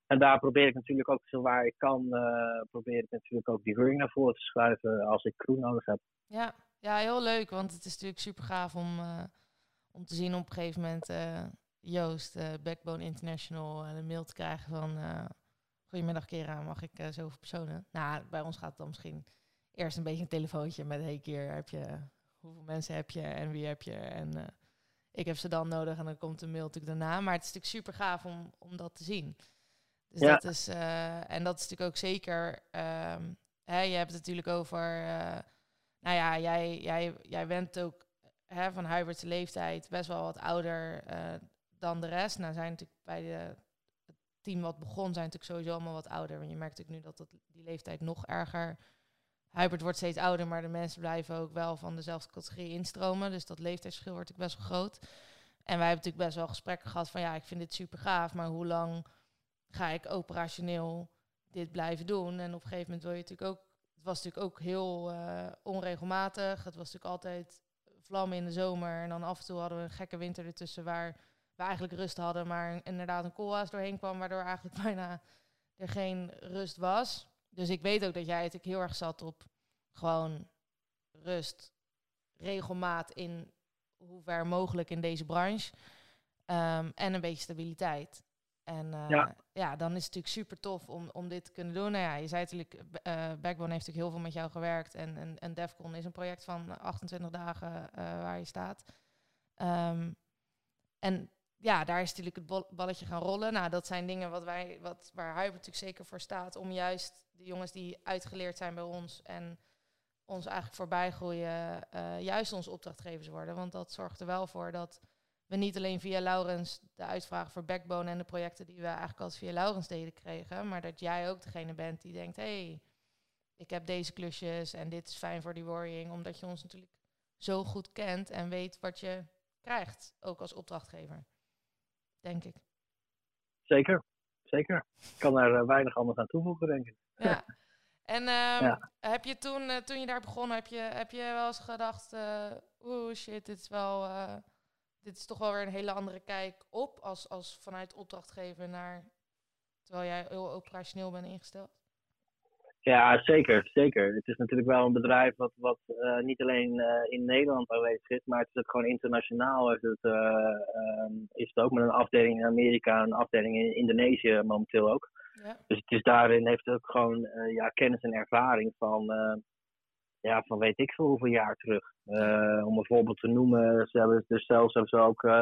En daar probeer ik natuurlijk ook zo waar ik kan, uh, probeer ik natuurlijk ook die hurling naar voren te schuiven als ik crew nodig heb. Ja, ja, heel leuk, want het is natuurlijk super gaaf om, uh, om te zien op een gegeven moment uh, Joost, uh, Backbone International, uh, een mail te krijgen van uh, goedemiddag Kera, mag ik uh, zoveel personen? Nou, bij ons gaat het dan misschien eerst een beetje een telefoontje met hey keer, heb je, hoeveel mensen heb je en wie heb je? En uh, ik heb ze dan nodig en dan komt de mail natuurlijk daarna. Maar het is natuurlijk super gaaf om, om dat te zien. Dus ja. dat is, uh, en dat is natuurlijk ook zeker, um, hè, je hebt het natuurlijk over, uh, nou ja, jij, jij, jij bent ook hè, van Huibert's leeftijd best wel wat ouder uh, dan de rest. Nou zijn natuurlijk bij de, het team wat begon, zijn natuurlijk sowieso allemaal wat ouder. Want je merkt natuurlijk nu dat het, die leeftijd nog erger. Huibert wordt steeds ouder, maar de mensen blijven ook wel van dezelfde categorie instromen. Dus dat leeftijdsverschil wordt natuurlijk best wel groot. En wij hebben natuurlijk best wel gesprekken gehad van ja, ik vind dit super gaaf, maar hoe lang ga ik operationeel dit blijven doen? En op een gegeven moment wil je natuurlijk ook, het was natuurlijk ook heel uh, onregelmatig. Het was natuurlijk altijd vlammen in de zomer en dan af en toe hadden we een gekke winter ertussen waar we eigenlijk rust hadden, maar inderdaad een koolhaas doorheen kwam, waardoor eigenlijk bijna er geen rust was. Dus ik weet ook dat jij natuurlijk heel erg zat op gewoon rust, regelmaat in hoever mogelijk in deze branche um, en een beetje stabiliteit. En uh, ja. ja, dan is het natuurlijk super tof om, om dit te kunnen doen. Nou ja, je zei natuurlijk, uh, Backbone heeft natuurlijk heel veel met jou gewerkt. En, en, en Defcon is een project van achtentwintig dagen uh, waar je staat. Um, en ja, daar is natuurlijk het balletje gaan rollen. Nou, dat zijn dingen wat wij, wat, waar Huibert natuurlijk zeker voor staat. Om juist de jongens die uitgeleerd zijn bij ons en ons eigenlijk voorbij groeien, uh, juist onze opdrachtgevers worden. Want dat zorgt er wel voor dat we niet alleen via Laurens de uitvraag voor Backbone en de projecten die we eigenlijk altijd via Laurens deden kregen, maar dat jij ook degene bent die denkt, hé, hey, ik heb deze klusjes en dit is fijn voor die warring, omdat je ons natuurlijk zo goed kent en weet wat je krijgt, ook als opdrachtgever, denk ik. Zeker, zeker. Ik kan daar uh, weinig anders aan toevoegen, denk ik. Ja. En um, ja. heb je toen, uh, toen je daar begon, heb je, heb je wel eens gedacht, uh, oeh shit, dit is wel... Uh, Dit is toch wel weer een hele andere kijk op als, als vanuit opdrachtgever naar, terwijl jij heel operationeel bent ingesteld? Ja, zeker, zeker. Het is natuurlijk wel een bedrijf wat, wat uh, niet alleen uh, in Nederland aanwezig is, maar het is ook gewoon internationaal. Is het, uh, um, is het ook met een afdeling in Amerika, een afdeling in Indonesië momenteel ook. Ja. Dus het is daarin heeft het ook gewoon uh, ja, kennis en ervaring van... Uh, Ja, van weet ik veel hoeveel jaar terug. Uh, om een voorbeeld te noemen, ze hebben dus zelfs hebben ze ook uh,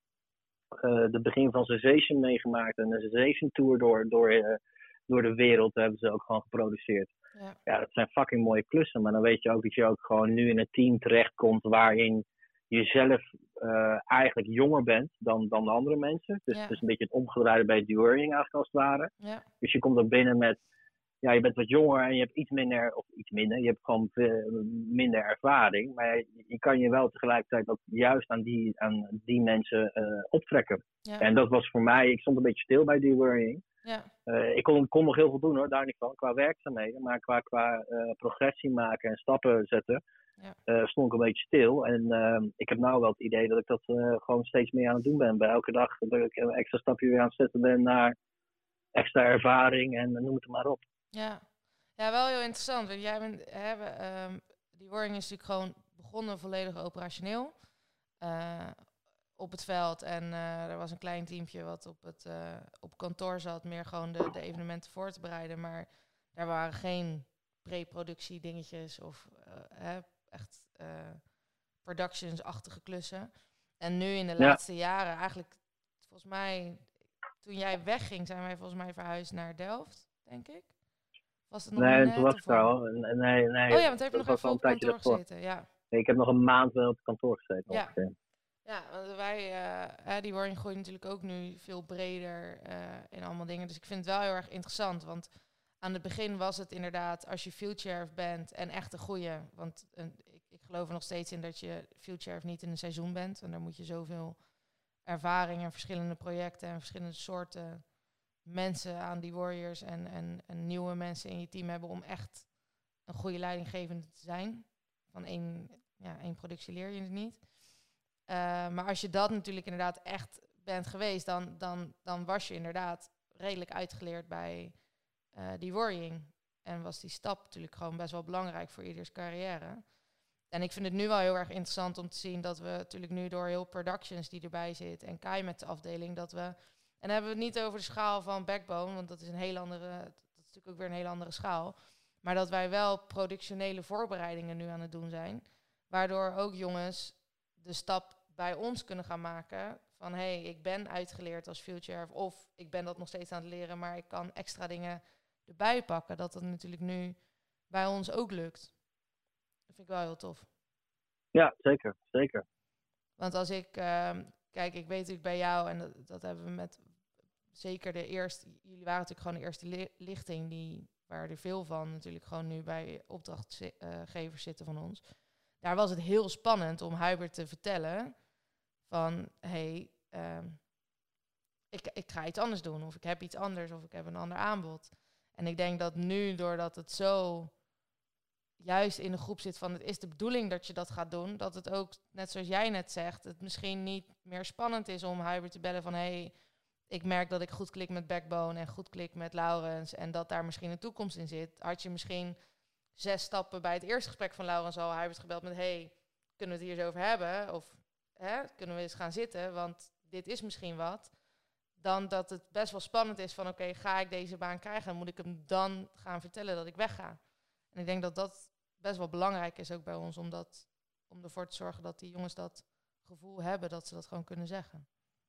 uh, de begin van Sensation meegemaakt. En een Sensation Tour door, door, uh, door de wereld hebben ze ook gewoon geproduceerd. Ja. ja, dat zijn fucking mooie klussen. Maar dan weet je ook dat je ook gewoon nu in een team terechtkomt waarin je zelf uh, eigenlijk jonger bent dan, dan de andere mensen. Dus het ja. is een beetje het omgedraaide bij During eigenlijk als het ware. Ja. Dus je komt er binnen met... Ja, je bent wat jonger en je hebt iets minder, of iets minder, je hebt gewoon veel minder ervaring. Maar je, je kan je wel tegelijkertijd ook juist aan die, aan die mensen uh, optrekken. Ja. En dat was voor mij, ik stond een beetje stil bij die worrying. Ja. Uh, ik kon, kon nog heel veel doen hoor, daar niet van, qua werkzaamheden. Maar qua, qua uh, progressie maken en stappen zetten, ja. uh, stond ik een beetje stil. En uh, ik heb nou wel het idee dat ik dat uh, gewoon steeds meer aan het doen ben. Bij elke dag dat ik een extra stapje weer aan het zetten ben naar extra ervaring en uh, noem het maar op. Ja. ja, wel heel interessant. Want jij bent, hè, um, die warring is natuurlijk gewoon begonnen volledig operationeel uh, op het veld. En uh, er was een klein teampje wat op, het, uh, op kantoor zat, meer gewoon de, de evenementen voor te bereiden. Maar er waren geen pre-productie dingetjes of uh, hè, echt uh, productions-achtige klussen. En nu in de ja. laatste jaren, eigenlijk volgens mij, toen jij wegging, zijn wij volgens mij verhuisd naar Delft, denk ik. Was het nog nee, net, toen was ik er al. Nee, nee. Oh ja, want heb je nog even op kantoor gezeten, ja. Nee, ik heb nog een maand wel op kantoor gezeten. Ja, ja want wij, uh, die warring gooit natuurlijk ook nu veel breder uh, in allemaal dingen. Dus ik vind het wel heel erg interessant, want aan het begin was het inderdaad, als je field sheriff bent en echt een goeie, want uh, ik, ik geloof er nog steeds in dat je field sheriff niet in een seizoen bent, en daar moet je zoveel ervaring en verschillende projecten en verschillende soorten mensen aan die warriors en, en, en nieuwe mensen in je team hebben om echt een goede leidinggevende te zijn. Van één, ja, één productie leer je het niet. Uh, maar als je dat natuurlijk inderdaad echt bent geweest, dan, dan, dan was je inderdaad redelijk uitgeleerd bij uh, die worrying. En was die stap natuurlijk gewoon best wel belangrijk voor ieders carrière. En ik vind het nu wel heel erg interessant om te zien dat we natuurlijk nu door heel Productions die erbij zit en Kai met de afdeling, dat we, en dan hebben we het niet over de schaal van Backbone, want dat is een hele andere, dat is natuurlijk ook weer een hele andere schaal. Maar dat wij wel productionele voorbereidingen nu aan het doen zijn, waardoor ook jongens de stap bij ons kunnen gaan maken van hé, hey, ik ben uitgeleerd als field sheriff of ik ben dat nog steeds aan het leren, maar ik kan extra dingen erbij pakken. Dat dat natuurlijk nu bij ons ook lukt. Dat vind ik wel heel tof. Ja, zeker, zeker. Want als ik, uh, kijk, ik weet natuurlijk bij jou, en dat, dat hebben we met zeker de eerste, jullie waren natuurlijk gewoon de eerste li- lichting, die, waar er veel van natuurlijk gewoon nu bij opdrachtgevers zitten van ons. Daar was het heel spannend om Hubert te vertellen van, hé, hey, uh, ik, ik ga iets anders doen, of ik heb iets anders, of ik heb een ander aanbod. En ik denk dat nu, doordat het zo juist in de groep zit van het is de bedoeling dat je dat gaat doen, dat het ook, net zoals jij net zegt, het misschien niet meer spannend is om Hubert te bellen van hé, hey, ik merk dat ik goed klik met Backbone en goed klik met Laurens en dat daar misschien een toekomst in zit. Had je misschien zes stappen bij het eerste gesprek van Laurens al Hubert gebeld met hey, kunnen we het hier eens over hebben? Of hè, kunnen we eens gaan zitten, want dit is misschien wat. Dan dat het best wel spannend is van oké, okay, ga ik deze baan krijgen? Dan moet ik hem dan gaan vertellen dat ik wegga. En ik denk dat dat best wel belangrijk is ook bij ons, om, dat, om ervoor te zorgen dat die jongens dat gevoel hebben, dat ze dat gewoon kunnen zeggen.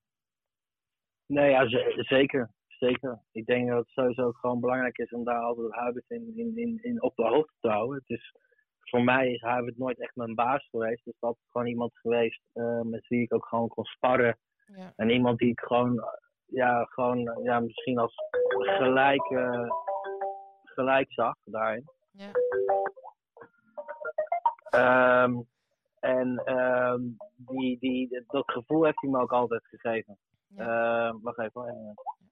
Nee, ja, z- zeker. Zeker. Ik denk dat het sowieso ook gewoon belangrijk is om daar altijd Hubert in, in, in, in op de hoogte te houden. Het is, voor mij is Hubert nooit echt mijn baas geweest. Dus dat is gewoon iemand geweest uh, met wie ik ook gewoon kon sparren. Ja. En iemand die ik gewoon, ja, gewoon ja, misschien als gelijk, uh, gelijk zag daarin. Ja. Um, en um, die, die, dat gevoel heeft hij me ook altijd gegeven. Ja. Uh, wacht even. even.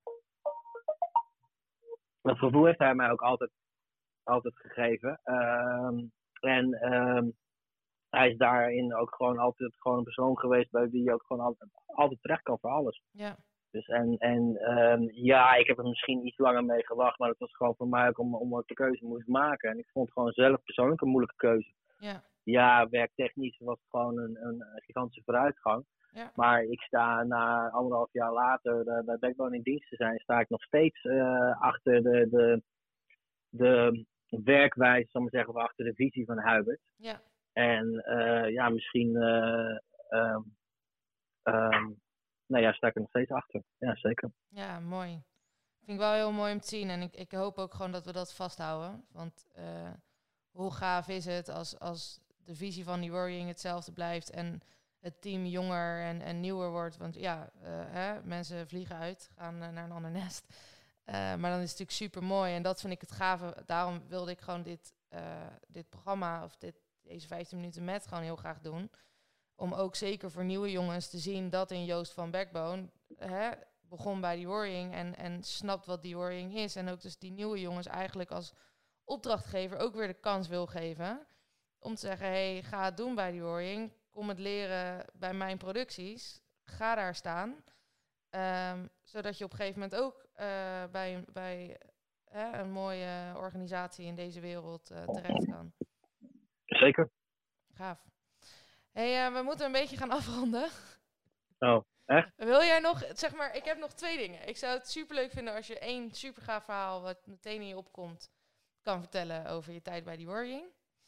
Dat gevoel heeft hij mij ook altijd, altijd gegeven. Um, en um, hij is daarin ook gewoon altijd gewoon een persoon geweest bij wie je ook gewoon altijd, altijd terecht kan voor alles. Ja. Dus en, en um, ja, ik heb er misschien iets langer mee gewacht, maar het was gewoon voor mij ook om, om ik de keuze moest maken. En ik vond het gewoon zelf persoonlijk een moeilijke keuze. Ja, ja werktechnisch was het gewoon een, een gigantische vooruitgang. Ja. Maar ik sta na anderhalf jaar later uh, bij Backbone in dienst te zijn, sta ik nog steeds uh, achter de, de, de werkwijze, zal ik maar zeggen, of achter de visie van Hubert. Ja. En uh, ja, misschien uh, um, um, nou ja, sta ik er nog steeds achter. Ja, zeker. Ja, mooi. Vind ik wel heel mooi om te zien. En ik, ik hoop ook gewoon dat we dat vasthouden. Want uh, hoe gaaf is het als, als de visie van die worrying hetzelfde blijft en het team jonger en, en nieuwer wordt. Want ja, uh, hè, mensen vliegen uit, gaan uh, naar een ander nest. Uh, maar dan is het natuurlijk super mooi. En dat vind ik het gave. Daarom wilde ik gewoon dit, uh, dit programma of dit, deze vijftien minuten met gewoon heel graag doen. Om ook zeker voor nieuwe jongens te zien dat in Joost van Backbone hè, begon bij die worrying en, en snapt wat die worrying is. En ook dus die nieuwe jongens eigenlijk als opdrachtgever ook weer de kans wil geven om te zeggen, hey, ga het doen bij die worrying. Kom het leren bij mijn producties. Ga daar staan. Um, zodat je op een gegeven moment ook uh, bij, bij uh, een mooie organisatie in deze wereld uh, terecht kan. Zeker. Gaaf. Hey, uh, we moeten een beetje gaan afronden. Oh, echt? Wil jij nog, zeg maar, ik heb nog twee dingen. Ik zou het superleuk vinden als je één super gaaf verhaal wat meteen in je opkomt kan vertellen over je tijd bij die worrying.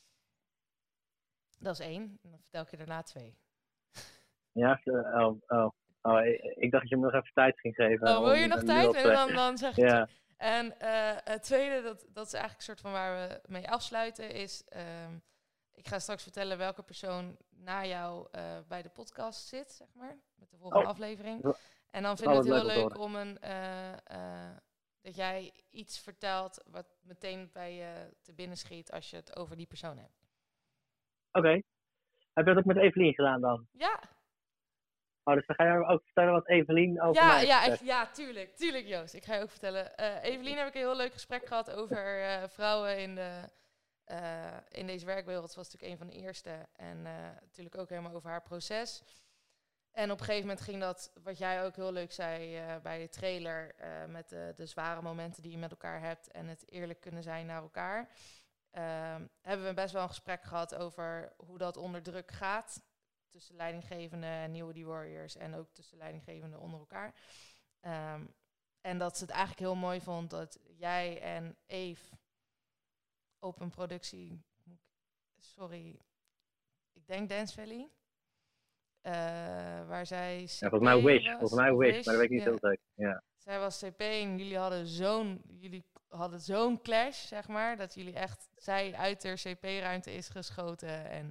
Dat is één. En dan vertel ik je daarna twee. Ja, oh, oh. oh ik dacht dat je me nog even tijd ging geven. Oh, wil je nog tijd? En dan, dan zeg ik ja. het. En uh, het tweede, dat, dat is eigenlijk een soort van waar we mee afsluiten, is um, ik ga straks vertellen welke persoon na jou uh, bij de podcast zit, zeg maar, met de volgende oh. aflevering. En dan vind ik het heel leuk, leuk om een, uh, uh, dat jij iets vertelt wat meteen bij je te binnen schiet als je het over die persoon hebt. Oké. Okay. Heb je dat ook met Evelien gedaan dan? Ja. Oh, dus dan ga je ook vertellen wat Evelien over ja, mij ja, ik, ja, tuurlijk. Tuurlijk, Joost. Ik ga je ook vertellen. Uh, Evelien heb ik een heel leuk gesprek gehad over uh, vrouwen in, de, uh, in deze werkwereld. Ze was natuurlijk een van de eerste. En uh, natuurlijk ook helemaal over haar proces. En op een gegeven moment ging dat, wat jij ook heel leuk zei uh, bij de trailer, uh, met de, de zware momenten die je met elkaar hebt en het eerlijk kunnen zijn naar elkaar. Uh, hebben we best wel een gesprek gehad over hoe dat onder druk gaat. Tussen leidinggevende en nieuwe D-Warriors en ook tussen leidinggevenden onder elkaar. Um, en dat ze het eigenlijk heel mooi vond dat jij en Eve op een productie, sorry, ik denk Dance Valley, uh, waar zij C P ja, volgens mij Wish, was, volgens mij Wish, Wish, maar dat weet ik niet ja. heel zeker. Ja. Zij was C P en jullie hadden zo'n, jullie hadden zo'n clash, zeg maar, dat jullie echt, zij uit de C P-ruimte is geschoten en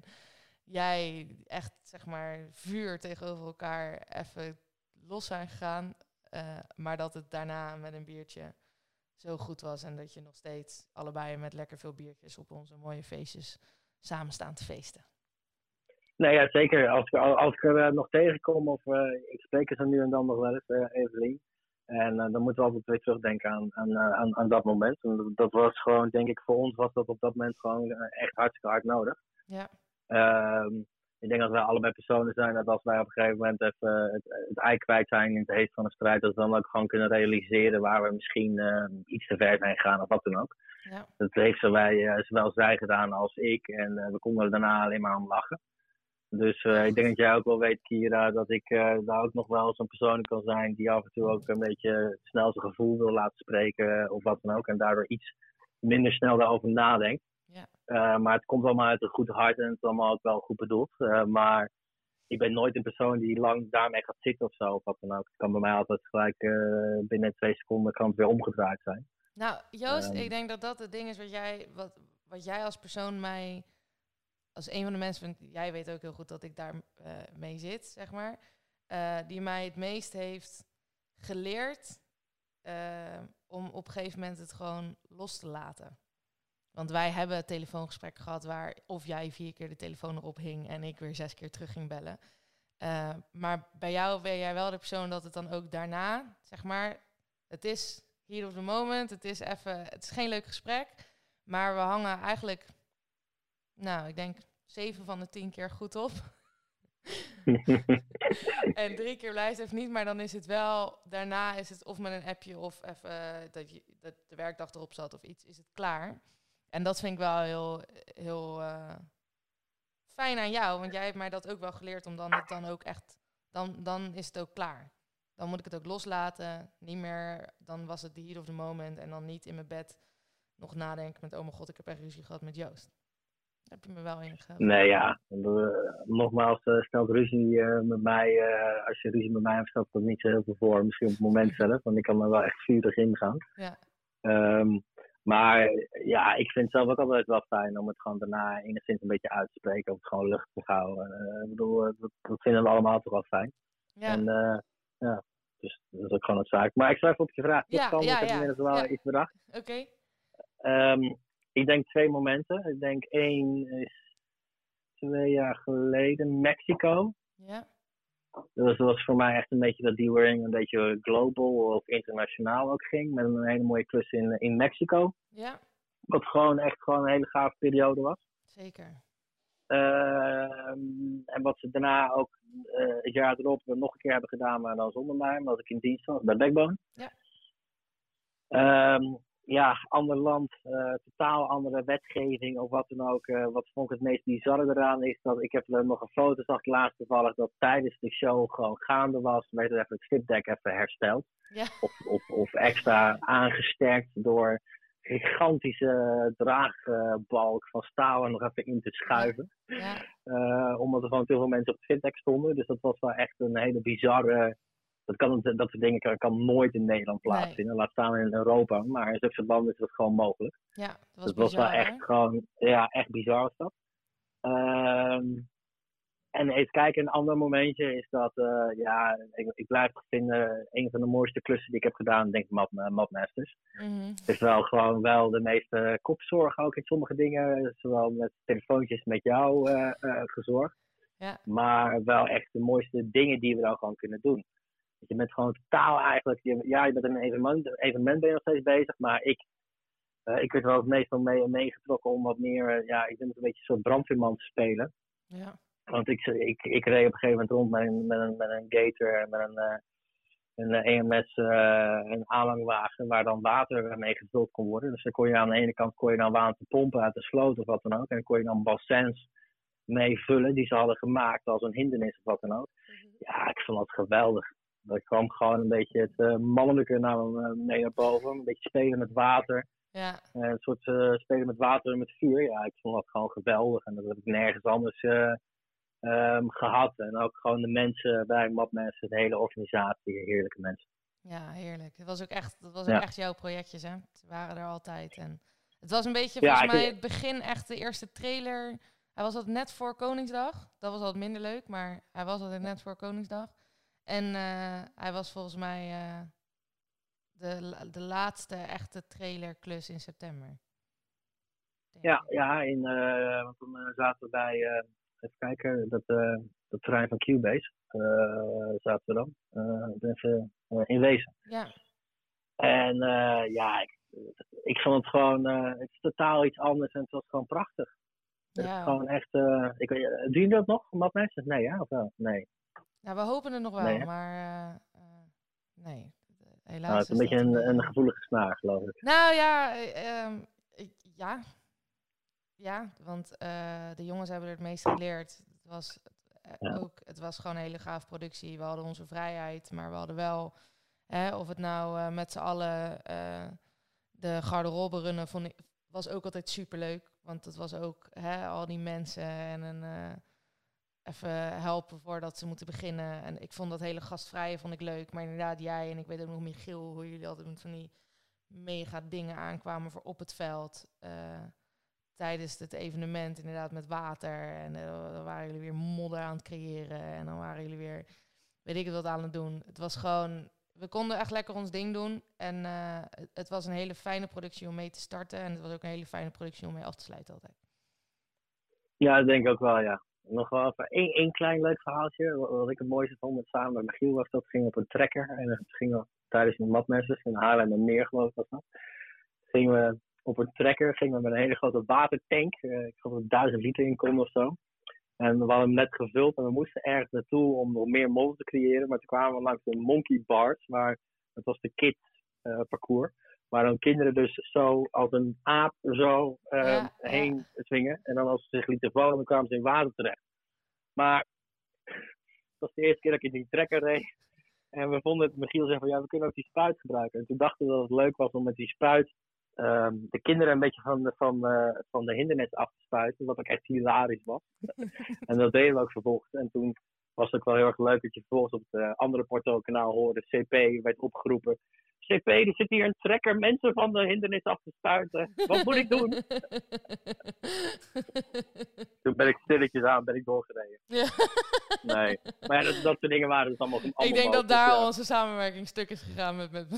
jij echt, zeg maar, vuur tegenover elkaar even los zijn gegaan. Uh, maar dat het daarna met een biertje zo goed was en dat je nog steeds allebei met lekker veel biertjes op onze mooie feestjes samen staan te feesten. Nee, ja, zeker. Als ik, als ik er uh, nog tegenkom, of uh, ik spreek er zo nu en dan nog wel eens, uh, Evelien. En uh, dan moeten we altijd weer terugdenken aan, aan, uh, aan, aan dat moment. En dat, dat was gewoon, denk ik, voor ons was dat op dat moment gewoon uh, echt hartstikke hard nodig. Ja. Um, ik denk dat wij allebei personen zijn dat als wij op een gegeven moment even het, het ei kwijt zijn in het heet van de strijd, dat we dan ook gewoon kunnen realiseren waar we misschien uh, iets te ver zijn gegaan of wat dan ook. Ja. Dat heeft zowel, uh, zowel zij gedaan als ik en uh, we konden er daarna alleen maar om lachen. Dus uh, ik denk dat jij ook wel weet, Kira, dat ik uh, daar ook nog wel zo'n persoon kan zijn die af en toe ook een beetje snel zijn gevoel wil laten spreken of wat dan ook. En daardoor iets minder snel daarover nadenkt. Ja. Uh, maar het komt allemaal uit een goed hart en het is allemaal ook wel goed bedoeld. Uh, maar ik ben nooit een persoon die lang daarmee gaat zitten of zo. Of wat dan ook. Het kan bij mij altijd gelijk uh, binnen twee seconden kan het weer omgedraaid zijn. Nou, Joost, um, ik denk dat dat het ding is wat jij, wat, wat jij als persoon mij, als een van de mensen vindt, jij weet ook heel goed dat ik daar uh, mee zit, zeg maar. Uh, die mij het meest heeft geleerd uh, om op een gegeven moment het gewoon los te laten. Want wij hebben een telefoongesprek gehad waar of jij vier keer de telefoon erop hing en ik weer zes keer terug ging bellen. Uh, maar bij jou ben jij wel de persoon dat het dan ook daarna, zeg maar, het is heat of the moment, het is even, het is geen leuk gesprek, maar we hangen eigenlijk, nou, ik denk zeven van de tien keer goed op. En drie keer blijft het niet, maar dan is het wel, daarna is het of met een appje of even uh, dat, je, dat de werkdag erop zat of iets, is het klaar. En dat vind ik wel heel, heel uh, fijn aan jou, want jij hebt mij dat ook wel geleerd, om dan het dan ook echt, dan, dan is het ook klaar. Dan moet ik het ook loslaten, niet meer, dan was het the heat of the moment en dan niet in mijn bed nog nadenken met, oh mijn god, ik heb echt ruzie gehad met Joost. Daar heb je me wel in gegeven. Nee, ja. Uh, nogmaals, uh, stelt ruzie uh, met mij, uh, als je ruzie met mij hebt, stelt dat niet zo heel veel voor. Misschien op het moment zelf, want ik kan er wel echt vurig in gaan. Ja. Um, maar ja, ik vind het zelf ook altijd wel fijn om het gewoon daarna enigszins een beetje uit te spreken. Of het gewoon luchtig te houden. Uh, ik bedoel, dat, dat vinden we allemaal toch wel fijn. Ja. En uh, ja, dus dat is ook gewoon het zaak. Maar ik zou even op je vraag terugkomen. Ja, ja, ik heb ja. inmiddels wel ja. iets bedacht. Oké. Okay. Um, ik denk twee momenten. Ik denk één is twee jaar geleden Mexico. Ja. Dat was, dat was voor mij echt een beetje dat D-Waring een beetje global of internationaal ook ging. Met een hele mooie klus in, in Mexico. Ja. Wat gewoon echt gewoon een hele gave periode was. Zeker. Uh, en wat ze daarna ook uh, het jaar erop nog een keer hebben gedaan, maar dan zonder mij, omdat ik in dienst was bij Backbone. Ja. Um, ja, ander land, uh, totaal andere wetgeving of wat dan ook. Uh, wat vond ik het meest bizarre eraan is dat ik heb er nog een foto zag laatst toevallig dat tijdens de show gewoon gaande was, werd er even het slipdeck even hersteld. Ja. Of, of, of extra aangesterkt door gigantische draagbalk van staal er nog even in te schuiven. Ja. Uh, omdat er gewoon te veel mensen op het slipdeck stonden. Dus dat was wel echt een hele bizarre. Dat, kan, dat soort dingen kan, kan nooit in Nederland plaatsvinden. Nee. Laat staan in Europa. Maar in zulke landen is dat gewoon mogelijk. Ja, dat was, dat bizar, was wel hè? echt gewoon, ja, echt bizar was dat. Um, en even kijken, een ander momentje is dat, uh, ja, ik, ik blijf het vinden, een van de mooiste klussen die ik heb gedaan, denk ik, Mad, Mad Masters. Mm-hmm. Het is wel gewoon wel de meeste kopzorg ook in sommige dingen, zowel met telefoontjes met jou uh, uh, gezorgd. Ja. Maar wel echt de mooiste dingen die we dan gewoon kunnen doen. Je bent gewoon totaal eigenlijk, je, ja, je bent een evenement, evenement ben je nog steeds bezig, maar ik, uh, ik werd wel het meestal mee, meegetrokken om wat meer, uh, ja, ik ben een beetje een soort brandweerman te spelen. Ja. Want ik, ik, ik reed op een gegeven moment rond met een, met een, met een gator en met een, uh, een E M S, uh, een aanhangwagen waar dan water mee gevuld kon worden. Dus dan kon je aan de ene kant kon je dan water pompen uit de sloot of wat dan ook. En dan kon je dan bassins mee vullen die ze hadden gemaakt als een hindernis of wat dan ook. Mm-hmm. Ja, ik vond dat geweldig. Dat kwam gewoon een beetje het uh, mannelijke naar me, mee naar boven. Een beetje spelen met water. Ja. Uh, een soort uh, spelen met water en met vuur. Ja, ik vond dat gewoon geweldig. En dat heb ik nergens anders uh, um, gehad. En ook gewoon de mensen bij Mapmasters, de hele organisatie. Heerlijke mensen. Ja, heerlijk. Het was ook echt, dat was ja. ook echt jouw projectjes, hè? Ze waren er altijd. En het was een beetje, volgens ja, mij, ik... het begin echt de eerste trailer. Hij was altijd net voor Koningsdag. Dat was altijd minder leuk, maar hij was altijd net voor Koningsdag. En uh, hij was volgens mij uh, de, de laatste echte trailerklus in september. Ja, ja in, uh, want toen uh, zaten we bij, uh, even kijken, dat, uh, dat terrein van Cubase. Uh, zaten we dan, uh, even, uh, in Wezen. Ja. En uh, ja, ik, ik vond het gewoon, uh, het is totaal iets anders en het was gewoon prachtig. Het ja. is gewoon echt, uh, ik, uh, doe je dat nog, Mapmasters? Nee, ja, of wel? Nee. Nou, we hopen het nog wel, nee, maar uh, uh, nee, helaas. Nou, het is een beetje een, een, een gevoelige snaar, geloof ik. Nou ja, uh, ja, ja, want uh, de jongens hebben er het meest geleerd. Het was uh, ja. ook, het was gewoon een hele gaaf productie. We hadden onze vrijheid, maar we hadden wel, hè, of het nou uh, met z'n allen uh, de garderobe runnen, vond ik, was ook altijd superleuk, want het was ook, hè, al die mensen en een uh, even helpen voordat ze moeten beginnen. En ik vond dat hele gastvrije vond ik leuk. Maar inderdaad, jij en ik weet ook nog Michiel, hoe jullie altijd met van die mega dingen aankwamen voor op het veld. Uh, tijdens het evenement, inderdaad met water. En uh, dan waren jullie weer modder aan het creëren. En dan waren jullie weer, weet ik het wat aan het doen. Het was gewoon, we konden echt lekker ons ding doen. En uh, het, het was een hele fijne productie om mee te starten. En het was ook een hele fijne productie om mee af te sluiten altijd. Ja, dat denk ik ook wel, ja. Nog wel even één, één klein leuk verhaaltje. Wat ik het mooiste vond met samen met Michiel was dat we gingen op een trekker. En dat gingen we tijdens de Mapmasters in Haarlemmermeer, geloof ik was dat. Gingen we op een trekker, gingen we met een hele grote watertank. Uh, ik geloof dat er duizend liter in kon of zo. En we hadden hem net gevuld en we moesten ergens naartoe om nog meer modder te creëren. Maar toen kwamen we langs de monkey bars, waar het was de kids uh, parcours. Waar dan kinderen dus zo als een aap zo uh, ja, heen ja. zwingen. En dan als ze zich lieten vallen, dan kwamen ze in water terecht. Maar het was de eerste keer dat ik in die trekker reed. En we vonden het, Michiel zei van ja, we kunnen ook die spuit gebruiken. En toen dachten we dat het leuk was om met die spuit um, de kinderen een beetje van de, van, uh, van de hindernis af te spuiten. Wat ook echt hilarisch was. En dat deden we ook vervolgens. En toen was het ook wel heel erg leuk dat je vervolgens op het uh, andere Porto-kanaal hoorde. C P werd opgeroepen. C P, er zit hier een trekker mensen van de hindernis af te spuiten. Wat moet ik doen? Toen ben ik stilletjes aan, ben ik doorgereden. Ja. Nee, maar ja, dat, dat soort dingen waren dus allemaal... allemaal ik denk dat mogelijk, daar ja. onze samenwerking stuk is gegaan met... met...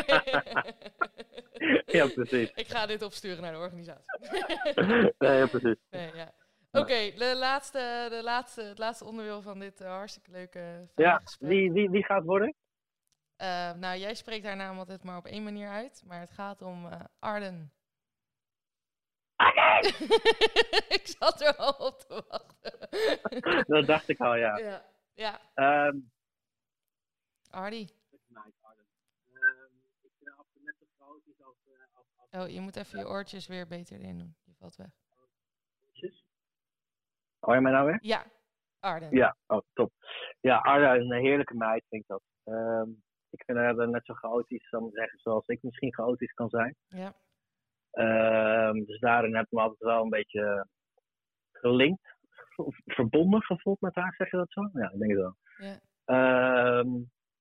Ja, precies. Ik ga dit opsturen naar de organisatie. Nee, ja, precies. Nee, ja. Oké, okay, de laatste, de laatste, het laatste onderdeel van dit uh, hartstikke leuke ja, gesprek. Wie, wie, wie gaat het worden? Uh, nou, jij spreekt haar naam altijd maar op één manier uit, maar het gaat om uh, Arden. Arden! Ik zat er al op te wachten. Dat dacht ik al, ja. Ja. ja. Um, Ardy. Um, ik vind het net zo groot is als, uh, als, als... Oh, je moet even je oortjes weer beter in doen. Je valt weg. Oortjes? Hoor je mij nou weer? Ja, Arden. Ja, oh, top. Ja, Arden is een heerlijke meid, vind ik dat. Um, Ik vind haar net zo chaotisch, zal ik zeggen, zoals ik misschien chaotisch kan zijn. Ja. Uh, dus daarin heb ik me altijd wel een beetje gelinkt, verbonden gevoeld met haar, zeg je dat zo? Ja, ik denk het wel. Ja. Uh,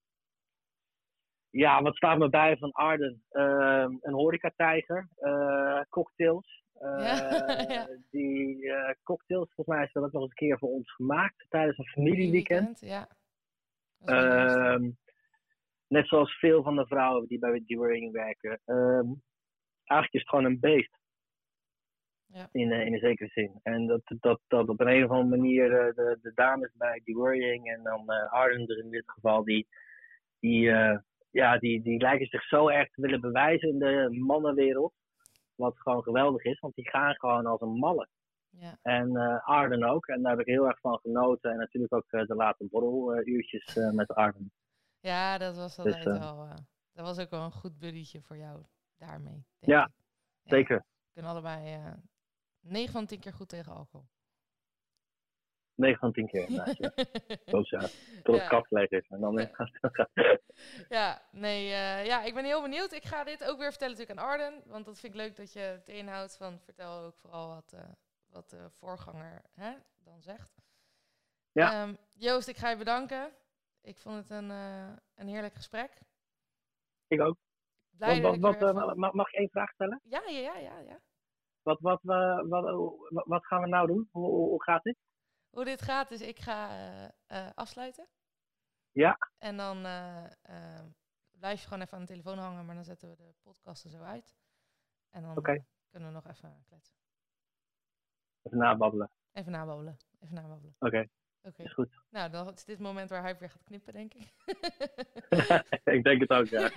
ja, wat staat me bij van Arden? Uh, een horecatijger, uh, cocktails. Uh, ja. Ja. Die uh, cocktails, volgens mij is dat ook nog eens een keer voor ons gemaakt tijdens een familieweekend. Ja. Uh, net zoals veel van de vrouwen die bij Dewering werken. Um, eigenlijk is het gewoon een beest. Ja. In, uh, in een zekere zin. En dat, dat, dat op een, een of andere manier uh, de, de dames bij Dewering en dan uh, Arden dus in dit geval, die, die, uh, ja, die, die lijken zich zo erg te willen bewijzen in de mannenwereld. Wat gewoon geweldig is, want die gaan gewoon als een malle. Ja. En uh, Arden ook. En daar heb ik heel erg van genoten. En natuurlijk ook uh, de late borreluurtjes uh, met Arden. Ja, dat was altijd dus, uh, wel... Uh, dat was ook wel een goed buddytje voor jou daarmee, denk ja, ik. Ja, zeker. We kunnen allebei uh, negen van tien keer goed tegen alcohol. negen van tien keer, inderdaad. Ja. Zo ja. Tot het ja. kast leeg is. En dan ja. ja, nee, uh, ja, ik ben heel benieuwd. Ik ga dit ook weer vertellen natuurlijk aan Arden. Want dat vind ik leuk dat je het inhoudt van... Vertel ook vooral wat, uh, wat de voorganger hè, dan zegt. Ja. Um, Joost, ik ga je bedanken. Ik vond het een, uh, een heerlijk gesprek. Ik ook. Blij wat, wat, wat, van... uh, mag ik één vraag stellen? Ja, ja, ja, ja. ja. Wat, wat, uh, wat, uh, wat gaan we nou doen? Hoe, hoe, hoe gaat dit? Hoe dit gaat is, ik ga uh, uh, afsluiten. Ja. En dan uh, uh, blijf je gewoon even aan de telefoon hangen, maar dan zetten we de podcast er zo uit. En dan okay. uh, kunnen we nog even kletsen. Even nababbelen. Even nababbelen. Even nababbelen. Oké. Okay. Okay. Is goed. Nou, dan is dit het moment waar hij weer gaat knippen, denk ik. Ik denk het ook, ja.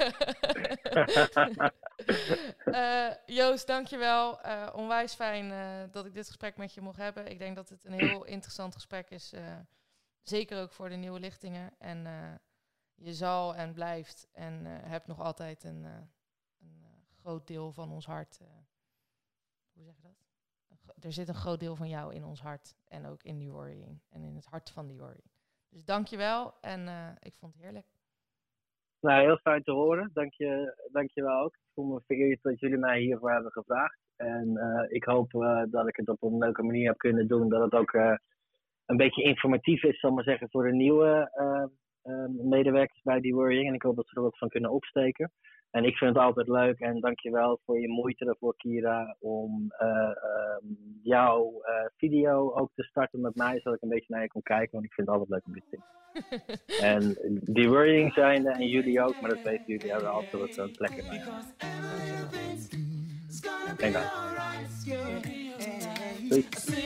uh, Joost, dankjewel. Uh, onwijs fijn uh, dat ik dit gesprek met je mocht hebben. Ik denk dat het een heel interessant gesprek is. Uh, zeker ook voor de nieuwe lichtingen. En uh, je zal en blijft en uh, hebt nog altijd een, uh, een uh, groot deel van ons hart. Uh, hoe zeg je dat? Er zit een groot deel van jou in ons hart. En ook in The Worrying. En in het hart van The Worrying. Dus dank je wel. En uh, ik vond het heerlijk. Nou, heel fijn te horen. Dank je, dank je wel ook. Ik voel me vereerd dat jullie mij hiervoor hebben gevraagd. En uh, ik hoop uh, dat ik het op een leuke manier heb kunnen doen. Dat het ook uh, een beetje informatief is, zal ik maar zeggen, voor de nieuwe uh, uh, medewerkers bij The Worrying. En ik hoop dat ze er wat van kunnen opsteken. En ik vind het altijd leuk en dankjewel voor je moeite ervoor, Kira, om uh, uh, jouw uh, video ook te starten met mij, zodat ik een beetje naar je kon kijken, want ik vind het altijd leuk om dit te zien. En The Worrying zijnde en jullie ook, maar dat weten jullie, hebben altijd een plek in mij. Denk aan. Doei.